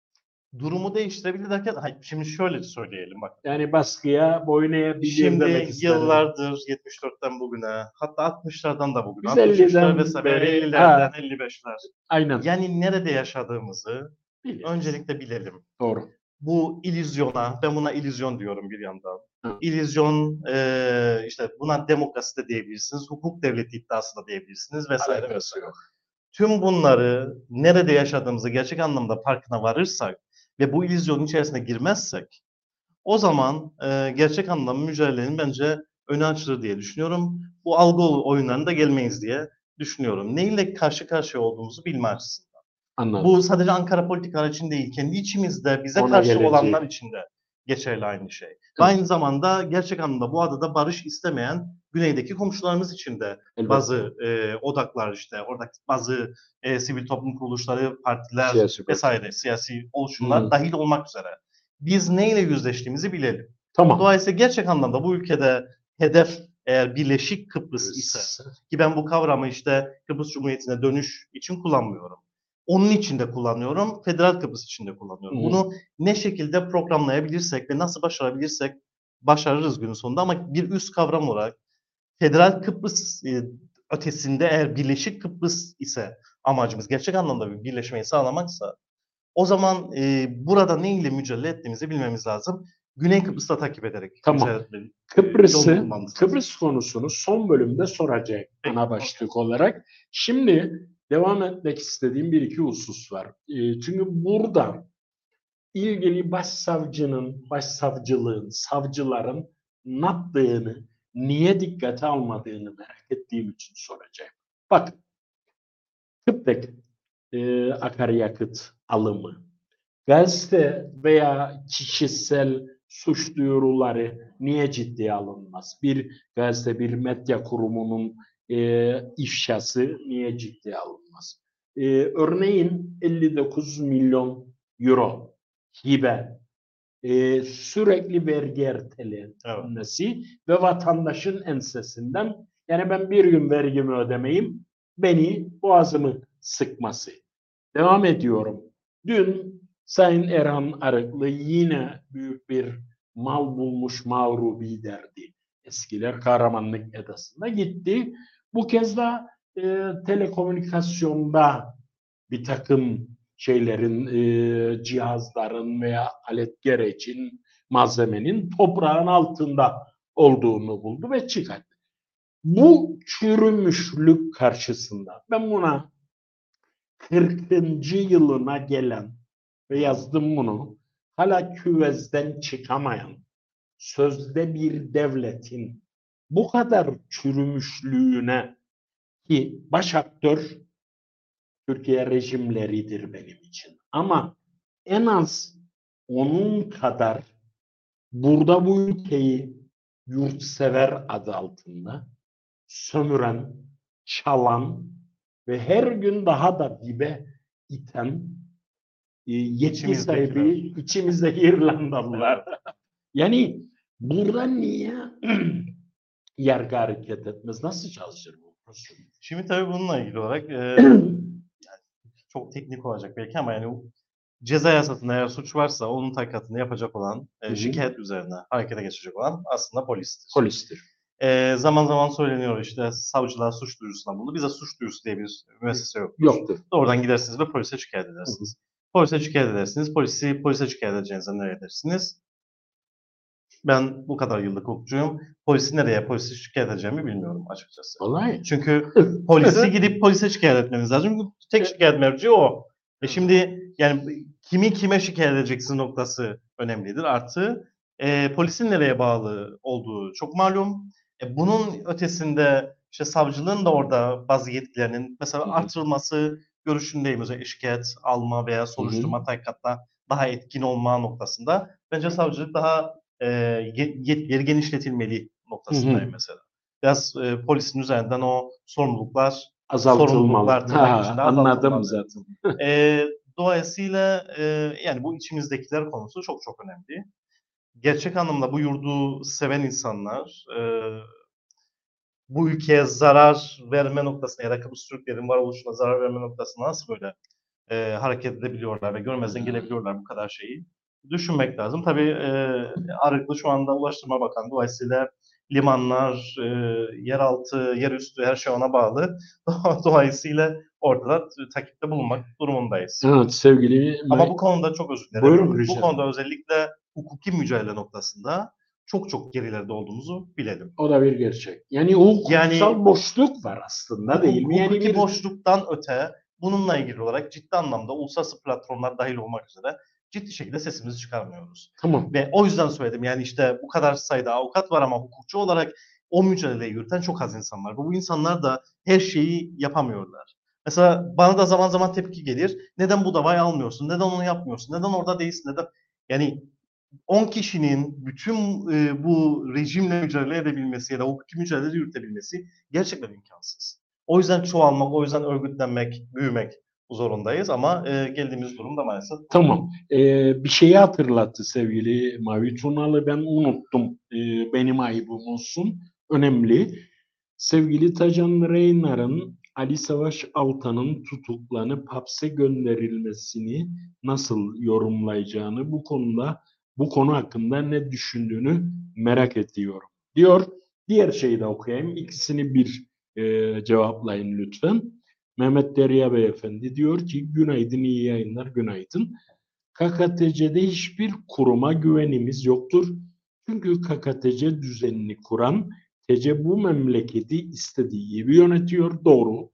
durumu değiştirebilir derken, hayır, şimdi şöyle söyleyelim bak. Yani baskıya boyun eğebilir demek Şimdi isterim. yıllardır yetmiş dörtten bugüne, hatta altmışlardan da bugüne, Biz altmış üçler elliden vesaire, beri, ellilerden ha, elli beşler. aynen. Yani nerede yaşadığımızı Biliriz. öncelikle bilelim. Doğru. Bu illüzyona, ben buna illüzyon diyorum bir yandan. Hı. İllüzyon, eee, işte buna demokrasi de diyebilirsiniz, hukuk devleti iddiası da diyebilirsiniz vesaire Alakası vesaire. yok. Tüm bunları nerede yaşadığımızı gerçek anlamda farkına varırsak ve bu illüzyonun içerisine girmezsek, o zaman eee, gerçek anlamda mücadelenin bence önü açılır diye düşünüyorum. Bu algı oyunlarına da gelmeyiz diye düşünüyorum. Neyle karşı karşıya olduğumuzu bilme açısından. Anladım. Bu sadece Ankara politikalar için değil, kendi içimizde bize Ona karşı geleceğim. olanlar için de geçerli aynı şey. Ve Evet. aynı zamanda gerçek anlamda bu adada barış istemeyen güneydeki komşularımız için de Elbette. bazı e, odaklar, işte oradaki bazı e, sivil toplum kuruluşları, partiler Siyasi vesaire, siyasi oluşumlar Hı. dahil olmak üzere. Biz neyle yüzleştiğimizi bilelim. Tamam. Dolayısıyla gerçek anlamda bu ülkede hedef eğer Birleşik Kıbrıs ise, ki ben bu kavramı işte Kıbrıs Cumhuriyeti'ne dönüş için kullanmıyorum. Onun için de kullanıyorum, Federal Kıbrıs için de kullanıyorum. Hı. Bunu ne şekilde programlayabilirsek ve nasıl başarabilirsek başarırız günün sonunda, ama bir üst kavram olarak Federal Kıbrıs e, ötesinde eğer Birleşik Kıbrıs ise amacımız, gerçek anlamda bir birleşmeyi sağlamaksa, o zaman e, burada ne ile mücadele ettiğimizi bilmemiz lazım. Güney Kıbrıs'ta takip ederek Tamam. mücadele etmeli- Kıbrıs'ı, yolunu bulmamız lazım. Kıbrıs konusunu son bölümde soracağım Peki, ana başlık olarak. Şimdi devam etmek istediğim bir iki husus var. E, çünkü burada ilgili başsavcının, başsavcılığın, savcıların ne yaptığını, niye dikkate almadığını merak ettiğim için soracağım. Bakın, Kıbrıs e, akaryakıt alımı, gazete veya kişisel suç duyuruları niye ciddiye alınmaz? Bir gazete, bir medya kurumunun e, ifşası niye ciddiye alınmaz? E, örneğin elli dokuz milyon euro hibe, e, sürekli vergi ertelenmesi ve vatandaşın ensesinden, yani ben bir gün vergimi ödemeyim, beni boğazımı sıkması. Devam ediyorum. Dün Sayın Erhan Arıklı yine büyük bir mal bulmuş mağrubi derdi. Eskiler Kahramanlık Edası'na gitti. Bu kez de e, telekomünikasyonda bir takım şeylerin, e, cihazların veya alet gerecin, malzemenin toprağın altında olduğunu buldu ve çıkarttı. Bu çürümüşlük karşısında ben buna kırkıncı yılına gelen ve yazdım bunu, hala küvezden çıkamayan sözde bir devletin bu kadar çürümüşlüğüne, ki baş aktör Türkiye rejimleridir benim için, ama en az onun kadar burada bu ülkeyi yurtsever adı altında sömüren, çalan ve her gün daha da dibe iten e, yetki sahibi içimizde İrlandalılar. Yani burada niye yargı hareket etmez? Nasıl çalışır bu? Şimdi tabii bununla ilgili olarak e, yani çok teknik olacak belki, ama yani ceza yasasında eğer suç varsa onun takatını yapacak olan, e, şikayet üzerine harekete geçecek olan aslında polistir. Polistir. E, zaman zaman söyleniyor işte savcılar suç duyurusunda bulundu. Bize suç duyurusu diye bir müessese yoktur. Yoktur. Doğrudan gidersiniz ve polise şikayet edersiniz. Hı hı. Polise şikayet edersiniz. Polisi polise şikayet edeceğinize nereye edersiniz? Ben bu kadar yıllık hukukçuyum. Polisi nereye, polisi şikayet edeceğimi bilmiyorum açıkçası. Vallahi. Çünkü polisi gidip polise şikayet etmeniz lazım. Çünkü tek şikayet merci o. E şimdi yani kimi kime şikayet edeceksiniz noktası önemlidir. Artı e, polisin nereye bağlı olduğu çok malum. E, bunun ötesinde işte savcılığın da orada bazı yetkilerinin mesela Hı hı. artırılması görüşündeyim. Özellikle şikayet alma veya soruşturma tahkikatta daha etkin olma noktasında. Bence savcılık daha e, yetkileri genişletilmeli noktasındayım, hı hı, mesela. Biraz e, polisin üzerinden o sorumluluklar azaltılmalı. Ha, anladım zaten. e, dolayısıyla e, yani bu içimizdekiler konusu çok çok önemli. Gerçek anlamda bu yurdu seven insanlar e, bu ülkeye zarar verme noktasına ya da Kıbrıs Türklerin varoluşuna zarar verme noktasına nasıl böyle e, hareket edebiliyorlar ve görmezden gelebiliyorlar bu kadar şeyi. Düşünmek lazım. Tabii e, Arıklı şu anda Ulaştırma Bakanlığı, dolayısıyla limanlar, e, yeraltı, yerüstü her şey ona bağlı. Dolayısıyla ortada takipte bulunmak durumundayız. Evet sevgili Ama bu konuda çok özür dilerim. Buyurun Bu Rüşet. konuda özellikle hukuki mücadele noktasında çok çok gerilerde olduğumuzu bilelim. O da bir gerçek. Yani hukuksal Yani- boşluk var aslında değil mi? Yani Hukuki bir boşluktan öte bununla ilgili olarak ciddi anlamda uluslararası platformlar dahil olmak üzere ciddi şekilde sesimizi çıkarmıyoruz. tamam. Ve o yüzden söyledim, yani işte bu kadar sayıda avukat var ama hukukçu olarak o mücadeleyi yürüten çok az insan var. Bu insanlar da her şeyi yapamıyorlar. Mesela bana da zaman zaman tepki gelir. Neden bu davayı almıyorsun? Neden onu yapmıyorsun? Neden orada değilsin? Neden? Yani on kişinin bütün e, bu rejimle mücadele edebilmesi ya da hukuki mücadele yürütebilmesi gerçekten imkansız. O yüzden çoğalmak, o yüzden örgütlenmek, büyümek zorundayız ama e, geldiğimiz durumda maalesef. Tamam. Ee, bir şeyi hatırlattı sevgili Mavi Turnalı. Ben unuttum. Ee, benim ayıbım olsun. Önemli. Sevgili Tacan Reynar'ın Ali Savaş Altan'ın tutuklanıp hapse gönderilmesini nasıl yorumlayacağını, bu konuda bu konu hakkında ne düşündüğünü merak ediyorum. Diyor. Diğer şeyi de okuyayım. İkisini bir e, cevaplayın lütfen. Mehmet Derya Beyefendi diyor ki günaydın, iyi yayınlar, günaydın. K K T C'de hiçbir kuruma güvenimiz yoktur. Çünkü K K T C düzenini kuran T C bu memleketi istediği gibi yönetiyor. Doğru.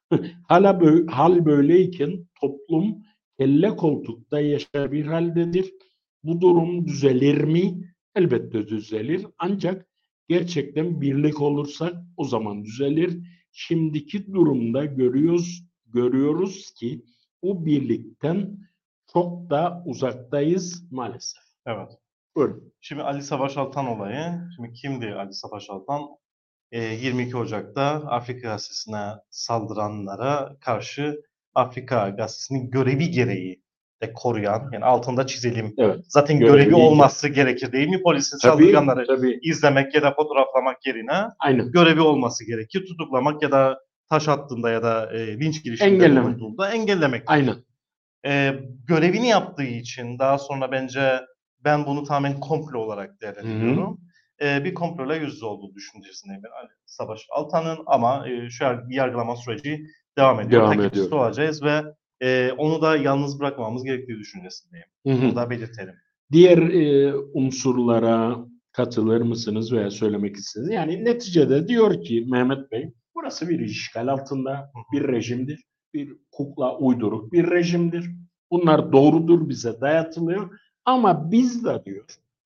Hala böyle, hal böyleyken toplum kelle koltukta yaşar bir haldedir. Bu durum düzelir mi? Elbette düzelir. Ancak gerçekten birlik olursak o zaman düzelir. Şimdiki durumda görüyoruz görüyoruz ki bu birlikten çok da uzaktayız maalesef. Evet. Buyurun. Şimdi Ali Savaş Altan olayı. Şimdi kimdi Ali Savaş Altan? E, yirmi iki Ocak'ta Afrika Gazetesi'ne saldıranlara karşı Afrika Gazetesi'nin görevi gereği de koruyan, yani altında çizelim. Evet. Zaten Görevi görevi değil. olması gerekir değil mi? Polisin Tabii, saldırganları tabii. izlemek ya da fotoğraflamak yerine Aynen. görevi olması gerekir. Tutuklamak ya da taş attığında ya da e, linç girişiminde Engelleme. bulunduğunda engellemek. Aynen. E, görevini yaptığı için daha sonra bence ben bunu tamamen komplo olarak değerlendiriyorum. E, bir komployla yüz yüze olduğu düşüncesindeyim ben Ali Savaş Altan'ın ama e, şu an bir yargılama süreci devam ediyor. Devam Takipçisi ediyor. olacağız ve e, onu da yalnız bırakmamamız gerektiği düşüncesindeyim. Hı hı. Bunu da belirtelim. Diğer e, unsurlara katılır mısınız veya söylemek istediniz? Yani neticede diyor ki Mehmet Bey, burası bir işgal altında bir rejimdir. Bir kukla uyduruk bir rejimdir. Bunlar doğrudur, bize dayatılıyor. Ama biz de diyor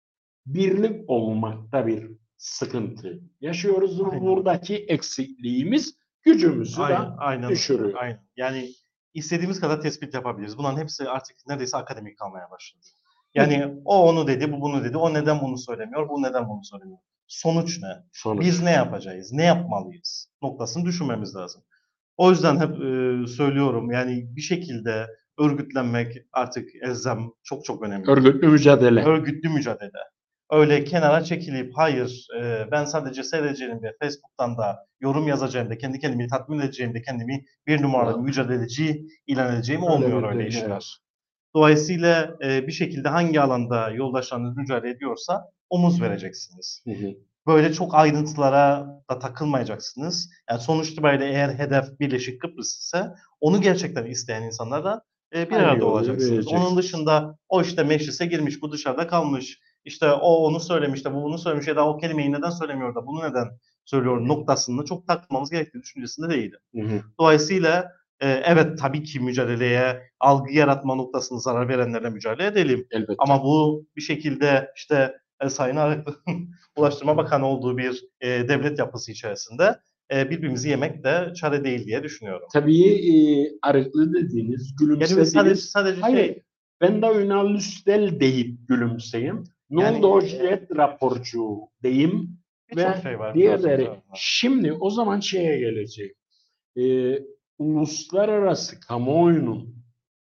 birlik olmakta bir sıkıntı yaşıyoruz. Aynen. Buradaki eksikliğimiz gücümüzü Aynen, de aynen, düşürüyor. aynen. Yani istediğimiz kadar tespit yapabiliriz. Bunların hepsi artık neredeyse akademik kalmaya başladı. Yani o onu dedi, bu bunu dedi. O neden bunu söylemiyor, bu neden bunu söylemiyor. Sonuç ne? Sonuç. Biz ne yapacağız, ne yapmalıyız noktasını düşünmemiz lazım. O yüzden hep e, söylüyorum, yani bir şekilde örgütlenmek artık elzem, çok çok önemli. Örgütlü mücadele. Örgütlü mücadele. Öyle kenara çekilip hayır e, ben sadece seyredeceğim de Facebook'tan da yorum yazacağım da kendi kendimi tatmin edeceğim de kendimi bir numaralı mücadeleci ilan edeceğim olmuyor Öyle bir öyle şey, işler. evet. Dolayısıyla e, bir şekilde hangi alanda yoldaşlarınız mücadele ediyorsa omuz vereceksiniz. Hı hı. Böyle çok ayrıntılara da takılmayacaksınız. Yani sonuç itibariyle eğer hedef Birleşik Kıbrıs ise onu gerçekten isteyen insanlarla e, bir Aynı arada yolu olacaksınız. vereceksiniz. Onun dışında o işte meclise girmiş, bu dışarıda kalmış, işte o onu söylemiş de bu bunu söylemiş ya da o kelimeyi neden söylemiyor da bunu neden söylüyor noktasında çok takılmamız gerektiği düşüncesinde değilim. Hı hı. Dolayısıyla e, evet tabii ki mücadeleye, algı yaratma noktasını zarar verenlerle mücadele edelim. Elbette. Ama bu bir şekilde işte e, Sayın Arıklı'nın Ulaştırma Bakanı olduğu bir e, devlet yapısı içerisinde e, birbirimizi yemek de çare değil diye düşünüyorum. Tabii e, Arıklı dediğiniz, Yani gülümsediğiniz. sadece, sadece Hayır, şey, ben de Ünal Üstel deyip gülümseyim. Yani- Non-Dojet raporcu deyim. birçok Ve şey var. diğerleri. biliyorsunuz, evet. Şimdi o zaman şeye geleceğim. Ee, uluslararası kamuoyunun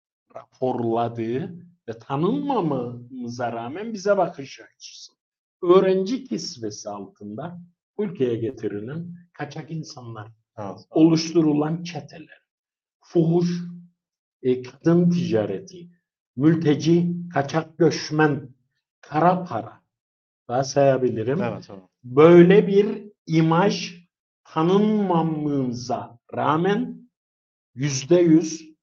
raporladığı ve tanınmamamıza rağmen bize bakış açısı. Öğrenci kisvesi altında ülkeye getirilen kaçak insanlar, Evet. oluşturulan çeteler, fuhuş, e, kadın ticareti, mülteci, kaçak göçmen, kara para, daha sayabilirim. Evet, evet. Böyle bir imaj tanınmamamıza rağmen yüzde yüz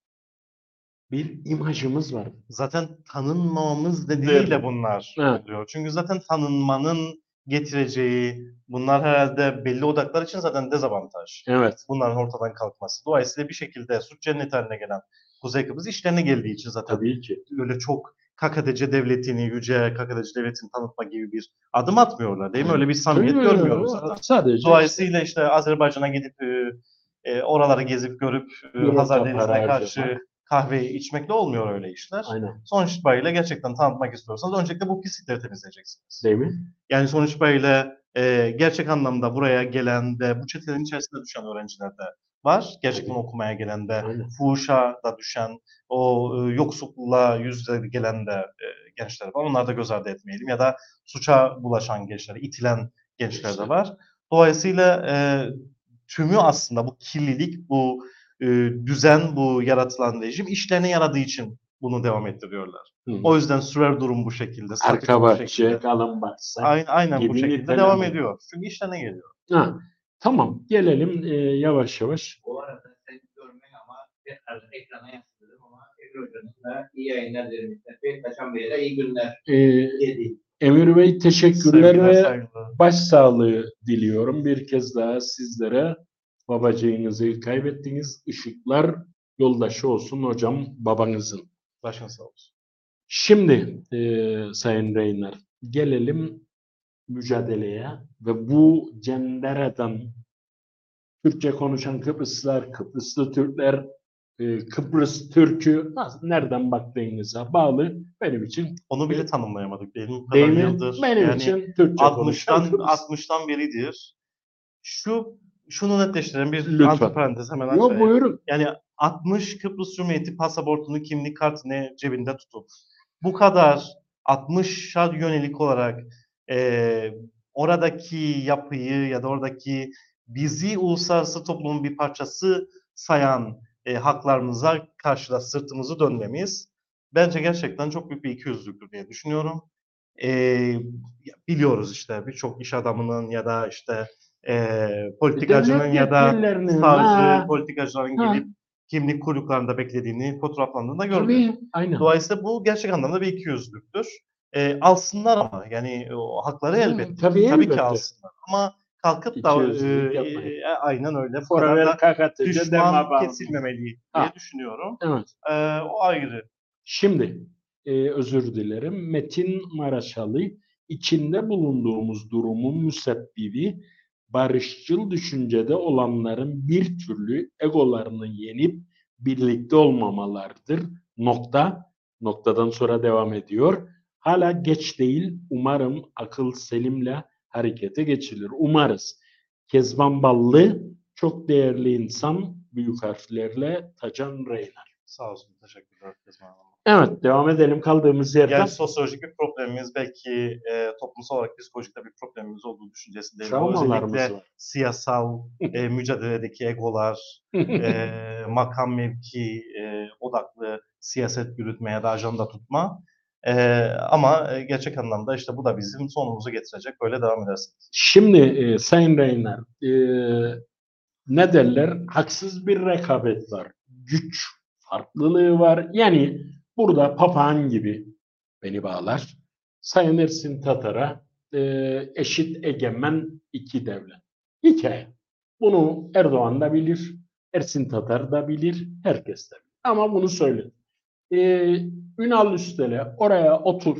bir imajımız var. Zaten tanınmamamız nedeniyle Evet. bunlar Evet. oluyor. Çünkü zaten tanınmanın getireceği bunlar herhalde belli odaklar için zaten dezavantaj. Evet. Bunların ortadan kalkması. Dolayısıyla bir şekilde suç cennet haline gelen Kuzey Kıbrıs işlerine geldiği için zaten Tabii ki. öyle çok K K T C devletini, yüce K K T C devletini tanıtma gibi bir adım atmıyorlar değil mi? Öyle bir samimiyet Öyle, görmüyoruz zaten. sadece Dolayısıyla işte Azerbaycan'a gidip e, e, oraları gezip görüp e, Euro Hazar para Denizi'ne karşı harcamak. kahve içmekle olmuyor öyle işler. Aynen. Sonuç itibariyle gerçekten tanıtmak istiyorsanız öncelikle bu pislikleri temizleyeceksiniz. Değil mi? Yani sonuç itibariyle e, gerçek anlamda buraya gelen ve bu çetelerin içerisinde düşen öğrenciler de var. Gerçekten Tabii. okumaya gelen de, Aynen. fuhuşa da düşen, o e, yoksullukla yüz yüze gelen de e, gençler var. Onları da göz ardı etmeyelim. Ya da suça bulaşan gençler, itilen gençler de var. Dolayısıyla e, tümü aslında bu kirlilik, bu e, düzen, bu yaratılan rejim işlerine yaradığı için bunu devam ettiriyorlar. Hı hı. O yüzden sürer durum bu şekilde, statüko Arka bu bahçe, şekilde. kalın bağırsak Aynen, aynen bu gibi şekilde niteleme. devam ediyor. Çünkü işlerine geliyor. Ha, tamam, gelelim e, yavaş yavaş. Bu arada seni görmek ama tekrar ekrana yansıtırım ama Emre Hoca'nın da iyi yayınlar dilerim. Kaçan Bey'e de iyi günler E, dedi. Emir Bey teşekkürler Sevgiler, ve saygılar. başsağlığı diliyorum. Bir kez daha sizlere babacığınızı kaybettiniz. Işıklar yoldaşı olsun hocam babanızın. Başın sağ olsun. Şimdi e, Sayın Reyner gelelim mücadeleye ve bu cendereden Türkçe konuşan Kıbrıslılar, Kıbrıslı Türkler, e, Kıbrıs Türk'ü nasıl- nereden baktığınıza bağlı benim için. Onu bile e, tanımlayamadık. Benim bu kadar Değil mi? yıldır. Benim Yani için Türkçe konuşan altmıştan Kıbrıs. altmıştan beridir. Şu şunu netleştirelim. Bir Lütfen. antiparantez hemen Yok, açayım. buyurun. Yani altmış Kıbrıs Cumhuriyeti pasaportunu, kimlik kartını cebinde tutup bu kadar altmışa yönelik olarak e, oradaki yapıyı ya da oradaki bizi uluslararası toplumun bir parçası sayan e, haklarımıza karşı da sırtımızı dönmemiz bence gerçekten çok büyük bir ikiyüzlülüktür diye düşünüyorum. E, biliyoruz işte birçok iş adamının ya da işte e, politikacının Devlet ya da yetkililerinin, savcı, ha. politikacıların Ha. gelip kimlik kuyruklarında beklediğini, fotoğraflandığını da gördük. Tabii, aynen. Dolayısıyla bu gerçek anlamda bir ikiyüzlülüktür. E, alsınlar ama yani o hakları Hı, elbette. tabii, Tabii elbette. ki alsınlar. Ama kalkıp da İkiyüzlülük e, yapmayın. e, aynen öyle bu Forever kadar da K K T C düşman deme kesilmemeli diye Ha. düşünüyorum. Evet. E, o ayrı. Şimdi e, özür dilerim. Metin Maraşalı içinde bulunduğumuz durumun müsebbibi barışçıl düşüncede olanların bir türlü egolarını yenip birlikte olmamalarıdır. Nokta. Noktadan sonra devam ediyor. Hala geç değil. Umarım akıl selimle harekete geçilir. Umarız. Kezban Ballı çok değerli insan, büyük harflerle Tacan Reynar. Sağ olsun. Teşekkürler Kezban Hanım. Evet, devam edelim kaldığımız yerden. Yani sosyolojik bir problemimiz, belki e, toplumsal olarak psikolojik bir problemimiz olduğu düşüncesindeyim. Bu Travmalarımız özellikle var. siyasal e, mücadeledeki egolar, e, makam mevki e, odaklı siyaset yürütme ya da ajanda tutma. E, ama e, gerçek anlamda işte bu da bizim sonumuzu getirecek. Böyle devam edersiniz. Şimdi e, Sayın Reyner, e, ne derler? Haksız bir rekabet var. Güç farklılığı var. Yani burada papağan gibi beni bağlar. Sayın Ersin Tatar'a e, eşit egemen iki devlet. Hikaye. Bunu Erdoğan da bilir, Ersin Tatar da bilir, herkes de bilir. Ama bunu söyledi. E, Ünal Üstel'e oraya otur.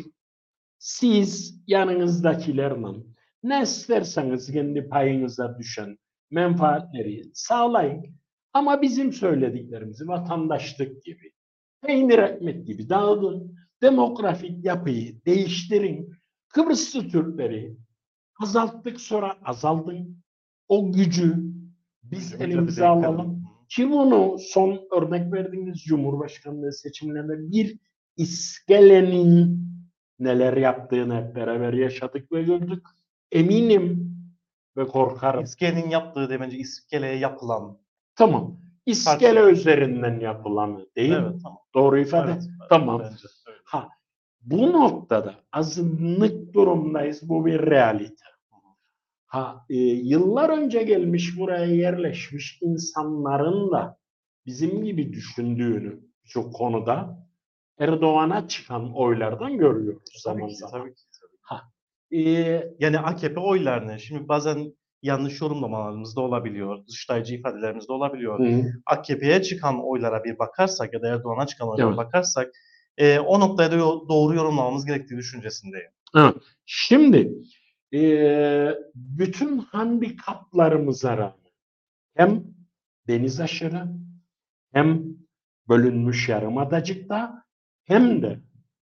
Siz yanınızdakilerle ne isterseniz kendi payınıza düşen menfaatleri sağlayın. Ama bizim söylediklerimizi vatandaşlık gibi, peynir ekmek gibi dağıtın. Demografik yapıyı değiştirin. Kıbrıslı Türkleri azalttık, sonra azaldın. O gücü biz Gücü elimize mücadeleyi alalım. kırın. Ki bunu son örnek verdiğiniz Cumhurbaşkanlığı seçimlerinde bir iskelenin neler yaptığını hep beraber yaşadık ve gördük. Eminim ve korkarım. İskelenin yaptığı demence iskeleye yapılan. Tamam. İskele Parça. üzerinden yapılanı değil mi? Evet, tamam. Doğru ifade? Evet, evet, Tamam. bence öyle. Ha, bu noktada azınlık durumdayız. Bu bir realite. Ha, e, yıllar önce gelmiş buraya yerleşmiş insanların da bizim gibi düşündüğünü birçok konuda Erdoğan'a çıkan oylardan görüyoruz zaman Tabii ki, zaman. tabii ki. Tabii. Ha, e, Yani A K P oylarını, şimdi bazen yanlış yorumlamalarımız da olabiliyor, dışlayıcı ifadelerimiz de olabiliyor. hı, A K P'ye çıkan oylara bir bakarsak ya da Erdoğan'a çıkan oylara Evet. bakarsak e, o noktaya da yo- doğru yorumlamamız gerektiği düşüncesindeyim. evet. Şimdi e, bütün handikaplarımıza rağmen hem deniz aşırı hem bölünmüş yarımadacıkta hem de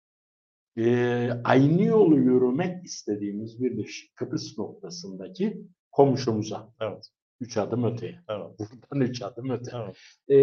e, aynı yolu yürümek istediğimiz bir de Kıbrıs noktasındaki komşumuza. Evet. Üç adım öteye. Evet. Buradan üç adım öte. Evet. E,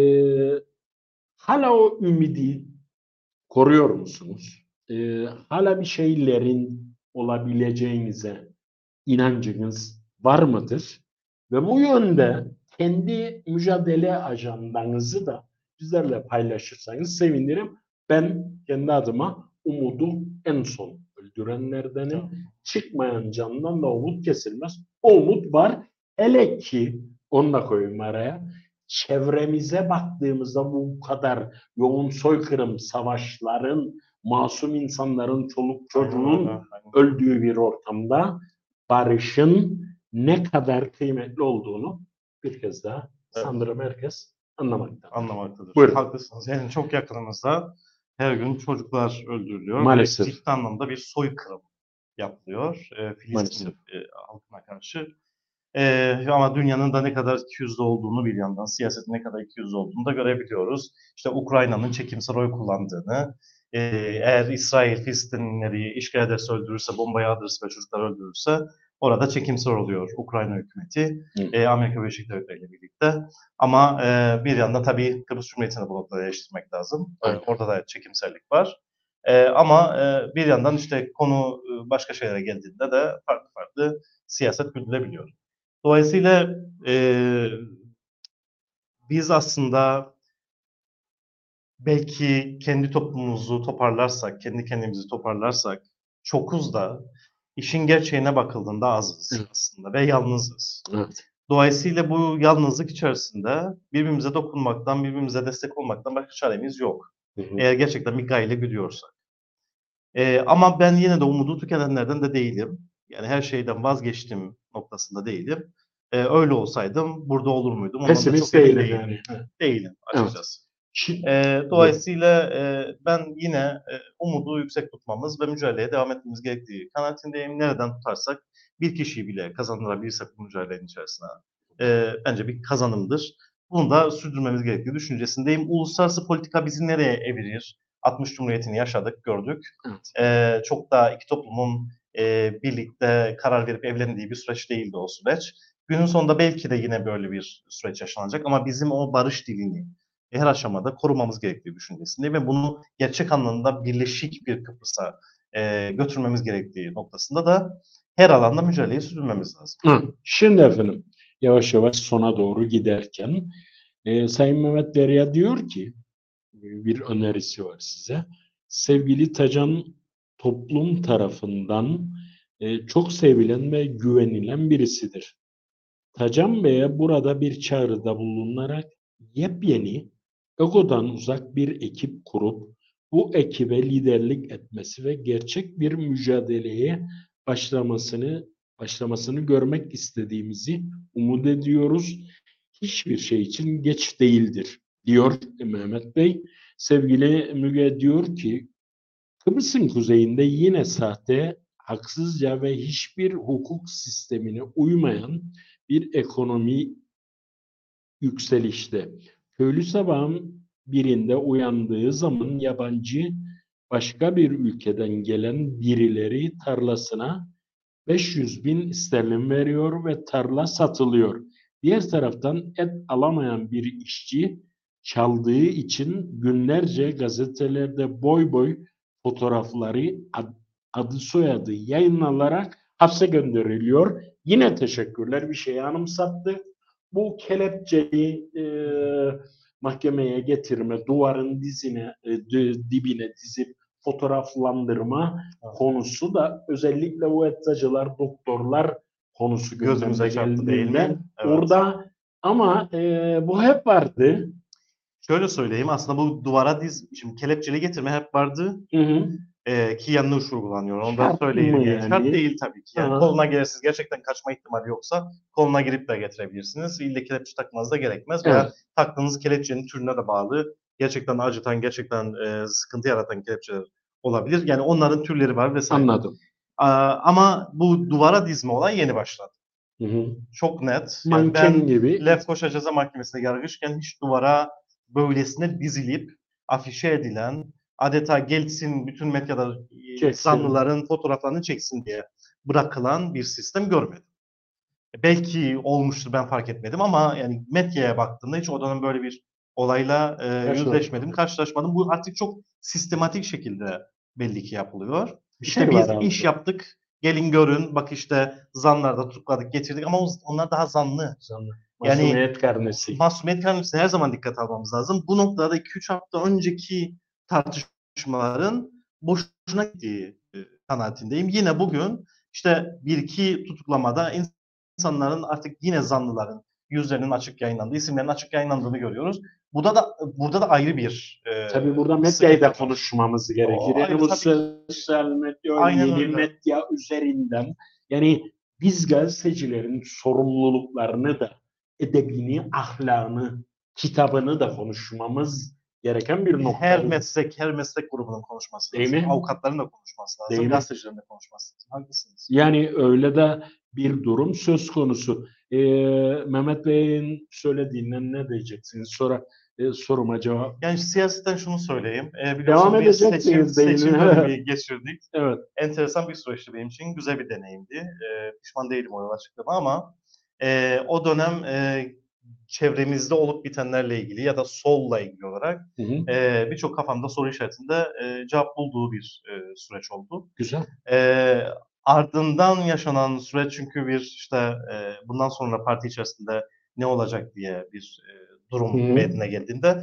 hala o ümidi koruyor musunuz? E, hala bir şeylerin olabileceğinize inancınız var mıdır? Ve bu yönde kendi mücadele ajandanızı da bizlerle paylaşırsanız sevinirim. Ben kendi adıma umudu en son öldürenlerdenim. Evet. Çıkmayan candan da umut kesilmez. O umut var. Hele ki onu da koyayım araya. Çevremize baktığımızda bu kadar yoğun soykırım, savaşların, masum insanların, çoluk çocuğun Aynen, aynen. öldüğü bir ortamda barışın ne kadar kıymetli olduğunu bir kez daha Evet. sanırım herkes anlamakta. Anlamaktadır. Buyurun. Haklısınız. Yani çok yakınımızda her gün çocuklar öldürülüyor. Maalesef. Ve ciddi anlamda bir soykırım yapılıyor e, Filistin Maalesef. e, halkına karşı. E, ama dünyanın da ne kadar ikiyüzlü olduğunu bir yandan, siyasetin ne kadar ikiyüzlü olduğunu da görebiliyoruz. İşte Ukrayna'nın çekimsel oy kullandığını, e, eğer İsrail Filistinlileri işgal ederse, öldürürse, bomba yağdırırsa ve çocuklar öldürürse orada çekimsel oluyor Ukrayna hükümeti, e, Amerika Birleşik Devletleri ile birlikte. Ama e, bir yandan tabii Kıbrıs Cumhuriyeti'ni bu noktada eleştirmek lazım. E, orada da çekimsellik var. E, ama e, bir yandan işte konu e, başka şeylere geldiğinde de farklı farklı siyaset güdülebiliyor. Dolayısıyla e, biz aslında belki kendi toplumumuzu toparlarsak, kendi kendimizi toparlarsak çokuz da işin gerçeğine bakıldığında azız Evet. aslında ve yalnızız. Evet. Dolayısıyla bu yalnızlık içerisinde birbirimize dokunmaktan, birbirimize destek olmaktan başka çaremiz yok. Hı hı. Eğer gerçekten bir gayle gidiyorsak. Ee, ama ben yine de umudu tükenenlerden de değilim. Yani her şeyden vazgeçtim noktasında değilim. Ee, öyle olsaydım burada olur muydum? Ondan da Pesimist çok emin değilim değilim. yani. Evet. Değilim açıkçası. Şimdi, Ee, dolayısıyla e, ben yine e, umudu yüksek tutmamız ve mücadeleye devam etmemiz gerektiği kanaatindeyim. Nereden tutarsak bir kişiyi bile kazandırabilirsek bu mücadelenin içerisine e, bence bir kazanımdır. Bunu da sürdürmemiz gerektiği düşüncesindeyim. Uluslararası politika bizi nereye evirir? altmış Cumhuriyeti'ni yaşadık, gördük. evet. E, çok da iki toplumun e, birlikte karar verip evlendiği bir süreç değildi o süreç. Günün sonunda belki de yine böyle bir süreç yaşanacak ama bizim o barış dilini her aşamada korumamız gerektiği düşüncesindeyim ve bunu gerçek anlamda birleşik bir Kıbrıs'a e, götürmemiz gerektiği noktasında da her alanda mücadeleyi sürdürmemiz lazım. Hı. Şimdi efendim yavaş yavaş sona doğru giderken e, Sayın Mehmet Derya diyor ki bir önerisi var size. Sevgili Tacan toplum tarafından e, çok sevilen ve güvenilen birisidir. Tacan Bey'e burada bir çağrıda bulunarak yepyeni, egodan uzak bir ekip kurup bu ekibe liderlik etmesi ve gerçek bir mücadeleye başlamasını başlamasını görmek istediğimizi umut ediyoruz. Hiçbir şey için geç değildir, diyor Mehmet Bey. Sevgili Müge diyor ki, Kıbrıs'ın kuzeyinde yine sahte, haksızca ve hiçbir hukuk sistemine uymayan bir ekonomi yükselişte. Köylü sabahın birinde uyandığı zaman yabancı başka bir ülkeden gelen birileri tarlasına beş yüz bin sterlin veriyor ve tarla satılıyor. Diğer taraftan et alamayan bir işçi çaldığı için günlerce gazetelerde boy boy fotoğrafları ad, adı soyadı yayınlanarak hapse gönderiliyor. Yine teşekkürler, bir şeyi anımsattı. bu kelepçeyi e, mahkemeye getirme, duvarın dizine, e, d- dibine dizip fotoğraflandırma Evet. konusu da özellikle bu eczacılar, doktorlar konusu Gözümüze gündeme çarptı değil geldiğinde mi? Evet. orada ama e, bu hep vardı. Şöyle söyleyeyim, aslında bu duvara diz, şimdi kelepçeli getirme hep vardı. Hı hı. Ee, ki yanlış uygulanıyor. Onu da Şart söyleyelim mı yani. Şart yani? değil tabii ki. Yani Ha. koluna gelirsiz, gerçekten kaçma ihtimali yoksa koluna girip de getirebilirsiniz. İlle kelepçe takmanız da gerekmez. Veya Evet. taktığınız kelepçenin türüne de bağlı. Gerçekten acıtan, gerçekten e, sıkıntı yaratan kelepçeler olabilir. Yani onların türleri var vesaire. Anladım. Aa, ama bu duvara dizme olay yeni başladı. Hı hı. Çok net. Yani Manken ben gibi. Lefkoşa Ceza Mahkemesi'nde yargıçken hiç duvara böylesine dizilip afişe edilen, adeta gelsin bütün medyada e, Çeksin. zanlıların fotoğraflarını çeksin diye bırakılan bir sistem görmedim. Belki olmuştur, ben fark etmedim ama yani medyaya baktığımda hiç o dönem böyle bir olayla e, yüzleşmedim, karşılaşmadım. Bu artık çok sistematik şekilde belli ki yapılıyor. Bir İşte şey biz var iş abi. yaptık, gelin görün, bak işte zanlarda tutukladık, getirdik ama o- onlar daha zanlı. Yani Masumiyet karnesi. masumiyet karnesine her zaman dikkat almamız lazım. Bu noktada iki üç hafta önceki tartışmaların boşuna gittiği e, kanaatindeyim. Yine bugün işte bir iki tutuklamada insanların artık yine zanlıların yüzlerinin açık yayınlandığı, isimlerinin açık yayınlandığını görüyoruz. Burada da burada da ayrı bir e, Tabii burada medyayı sıkıntı da var. konuşmamız gerekir. O Yani ayrı bu tabii ki. sosyal medya, Aynen yeni öyle. medya üzerinden yani biz gazetecilerin sorumluluklarını da edebini, ahlakını, kitabını da konuşmamız gereken bir Her noktayız. meslek, her meslek grubunun konuşması Değil lazım. mi? Avukatların da konuşması lazım. Değil mi? Gazetecilerin de konuşması lazım. Haklısınız. Yani öyle de bir durum söz konusu. Ee, Mehmet Bey'in söylediğinden ne diyeceksiniz? Sonra e, soruma cevap. Yani siyasetten şunu söyleyeyim. Ee, Devam biliyorsunuz bir seçim, edeceksiniz değil mi? seçim dönemi geçirdik. Evet. Enteresan bir süreçti benim için. Güzel bir deneyimdi. Ee, pişman değilim o yola çıktığıma ama e, o dönem e, çevremizde olup bitenlerle ilgili ya da solla ilgili olarak Hı hı. e, birçok kafamda soru işaretinde e, cevap bulduğu bir e, süreç oldu. Güzel. E, ardından yaşanan süreç, çünkü bir işte e, bundan sonra parti içerisinde ne olacak diye bir e, durum Hı hı. meydana geldiğinde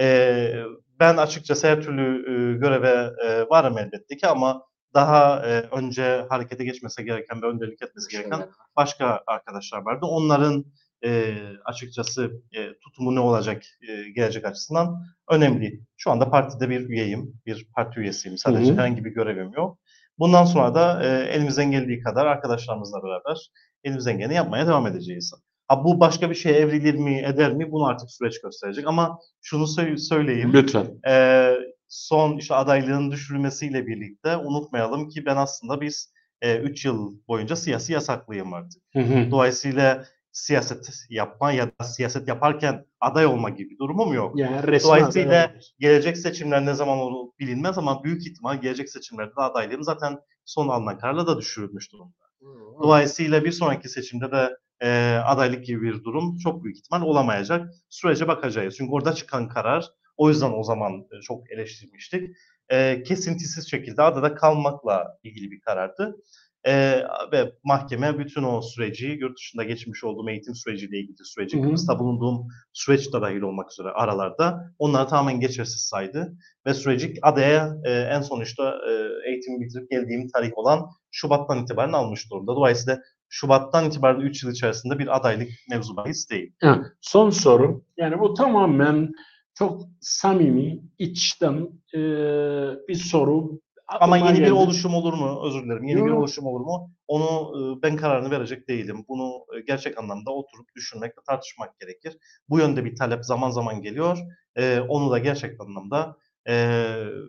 e, ben açıkçası her türlü e, göreve e, varım elbette ki, ama daha e, önce harekete geçmesi gereken ve önderlik etmesi gereken başka arkadaşlar vardı. Onların e, açıkçası e, tutumu ne olacak e, gelecek açısından önemli. Şu anda partide bir üyeyim, bir parti üyesiyim sadece. Hı hı. Herhangi bir görevim yok. Bundan sonra da e, elimizden geldiği kadar arkadaşlarımızla beraber elimizden geleni yapmaya devam edeceğiz. Ha, bu başka bir şeye evrilir mi, eder mi? Bunu artık süreç gösterecek. Ama şunu sö- söyleyeyim. Lütfen. E, son işte adaylığın düşürülmesiyle birlikte unutmayalım ki ben aslında biz üç yıl boyunca siyasi yasaklıyım artık. Hı hı. Dolayısıyla siyaset yapma ya da siyaset yaparken aday olma gibi bir durumum yok. Yani resmi Dolayısıyla aday- gelecek seçimler ne zaman olur bilinmez ama büyük ihtimal gelecek seçimlerde de adaylığım zaten son alınan kararla da düşürülmüş durumda. Dolayısıyla bir sonraki seçimde de e, adaylık gibi bir durum çok büyük ihtimal olamayacak. Sürece bakacağız. Çünkü orada çıkan karar, o yüzden o zaman e, çok eleştirmiştik. E, kesintisiz şekilde adada kalmakla ilgili bir karardı. E, ve mahkeme bütün o süreci, yurt dışında geçmiş olduğum eğitim süreciyle ilgili süreci, Hı hı. Kıbrıs'ta bulunduğum süreç de dahil olmak üzere aralarda onları tamamen geçersiz saydı. Ve süreci adaya e, en son işte e, eğitimi bitirip geldiğim tarih olan Şubat'tan itibaren almış durumda. Dolayısıyla Şubat'tan itibaren üç yıl içerisinde bir adaylık mevzu bahis değil. Ha, son soru. Yani bu tamamen çok samimi, içten e, bir soru. Ama Aklıma yeni bir geldi. oluşum olur mu? Özür dilerim. Yeni Yok. bir oluşum olur mu? Onu e, ben kararını verecek değilim. Bunu e, gerçek anlamda oturup düşünmek ve tartışmak gerekir. Bu yönde bir talep zaman zaman geliyor. E, onu da gerçek anlamda e,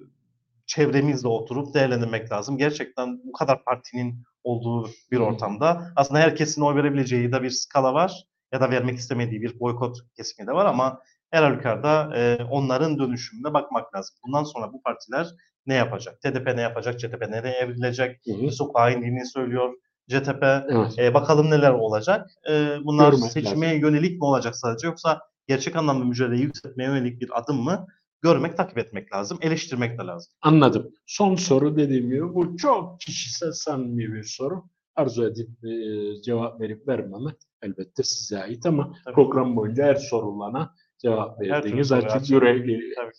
çevremizle oturup değerlendirmek lazım. Gerçekten bu kadar partinin olduğu bir ortamda aslında herkesin oy verebileceği de bir skala var ya da vermek istemediği bir boykot kesimi de var ama her halükarda e, onların dönüşümüne bakmak lazım. Bundan sonra bu partiler ne yapacak? T D P ne yapacak? C T P nereye evrilecek? Hı hı. Yusuf hainliğini söylüyor. C T P Evet. e, bakalım neler olacak? E, bunlar Görmek seçime lazım. yönelik mi olacak sadece, yoksa gerçek anlamda mücadeleyi yükseltmeye yönelik bir adım mı? Görmek, takip etmek lazım. Eleştirmek de lazım. Anladım. Son soru dediğim gibi bu çok kişisel samimi bir soru. arzu edip e, cevap verip vermeme elbette size ait ama Tabii. program boyunca her sorulana cevap Her türlü verdiğiniz soruya açık açık. yürekli. Tabii.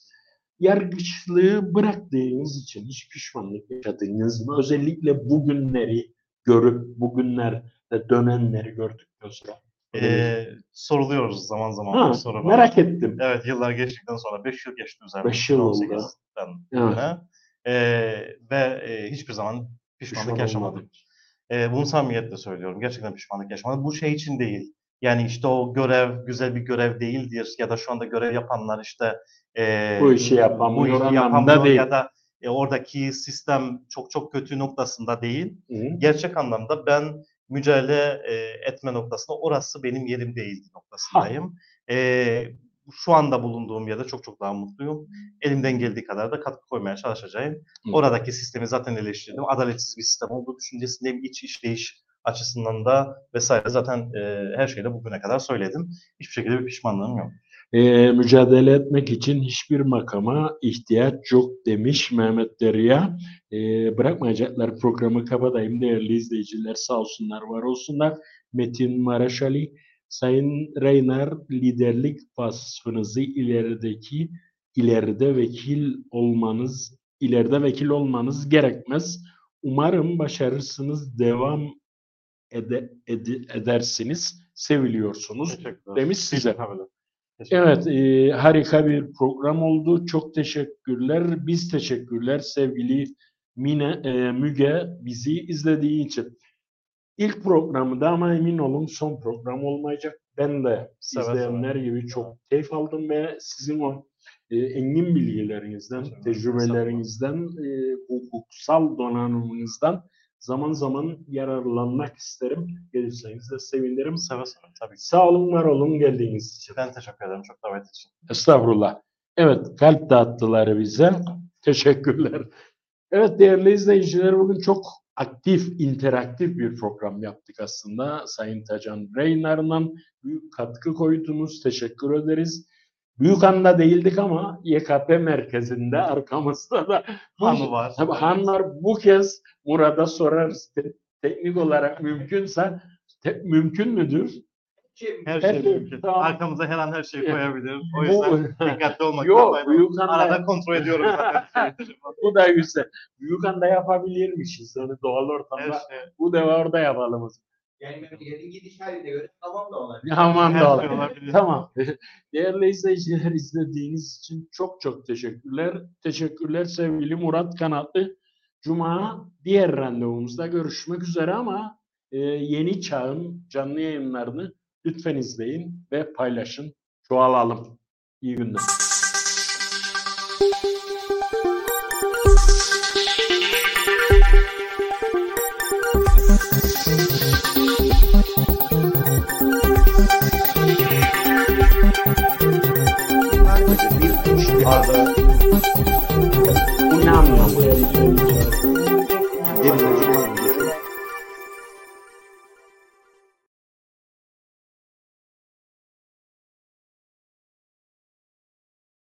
Yargıçlığı bıraktığınız için hiç pişmanlık yaşadığınız mı? Özellikle bugünleri görüp bugünlerde dönenleri gördükten sonra. Ee, soruluyoruz zaman zaman Ha, bu soru bana. merak ettim. Evet, yıllar geçtikten sonra beş yıl geçti üzerinden. Beş yıl oldu. iki bin on sekizden Evet. bugüne. Ee, ve e, hiçbir zaman pişmanlık Pişman yaşamadım. olmadım. Ee, bunu samimiyetle söylüyorum. Gerçekten pişmanlık yaşamadım. Bu şey için değil. Yani işte o görev güzel bir görev değildir ya da şu anda görev yapanlar işte e, Bu işi yapamıyor bu işi anlamında yapamıyor değil. ya da e, oradaki sistem çok çok kötü noktasında değil. Hı. Gerçek anlamda ben mücadele e, etme noktasında orası benim yerim değildi noktasındayım. E, şu anda bulunduğum yerde çok çok daha mutluyum. Elimden geldiği kadar da katkı koymaya çalışacağım. Hı. Oradaki sistemi zaten eleştirdim. Adaletsiz bir sistem olduğu düşüncesindeyim. İç işleyiş açısından da vesaire zaten e, her şeyde bugüne kadar söyledim. Hiçbir şekilde bir pişmanlığım yok. E, mücadele etmek için hiçbir makama ihtiyaç yok demiş Mehmet Derya. E, bırakmayacaklar programı kapatayım değerli izleyiciler, sağ olsunlar var olsunlar. Metin Maraşali, Sayın Reynar, liderlik vasfınızı ilerideki ileride vekil olmanız ileride vekil olmanız gerekmez. Umarım başarırsınız, devam ede, ede- edersiniz, seviliyorsunuz Teşekkürler. demiş size. Teşekkür Teşekkür Evet, e, harika bir program oldu. Çok teşekkürler. Biz teşekkürler sevgili Mine, e, Müge bizi izlediği için. İlk programı da ama emin olun son program olmayacak. Ben de Seve izleyenler seve. gibi çok keyif aldım ve sizin o e, engin bilgilerinizden, Teşekkürler. tecrübelerinizden, e, hukuksal donanımınızdan zaman zaman yararlanmak isterim. Gelirseniz de sevinirim. Seve seve tabii ki. Sağ olun, var olun geldiğiniz için. Ben teşekkür ederim çok davet için. Estağfurullah. Evet, kalp dağıttılar bize. Teşekkürler. Evet değerli izleyiciler, bugün çok aktif, interaktif bir program yaptık aslında. Sayın Tacan Reynar'la büyük katkı koydunuz. Teşekkür ederiz. Büyükhan'da değildik ama Y K P merkezinde arkamızda da Hanı var. Tabii Han var. Bu kez Murat'a sorarız. Te- teknik olarak mümkünse te- mümkün müdür? Kim? Her şey Evet, mümkün. tamam. Arkamıza her an her şeyi Evet. koyabilir. O Bu- yüzden dikkatli olmak Yok, faydalı. Büyükhan'da- Arada kontrol ediyorum zaten. Bu da güzel. Büyükhan'da yapabilirmişiz. Yani doğal Her ortamda. şey, Bu defa orada yapalım. Yani memleketin gidiş haline göre tamam da olabilir. Aman her da şey olabilir. olabilir. Tamam. Değerli izleyiciler, izlediğiniz için çok çok teşekkürler. Teşekkürler sevgili Murat Kanatlı. Cuma diğer randevumuzda görüşmek üzere ama e, yeni çağın canlı yayınlarını lütfen izleyin ve paylaşın. Çoğalalım. İyi günler.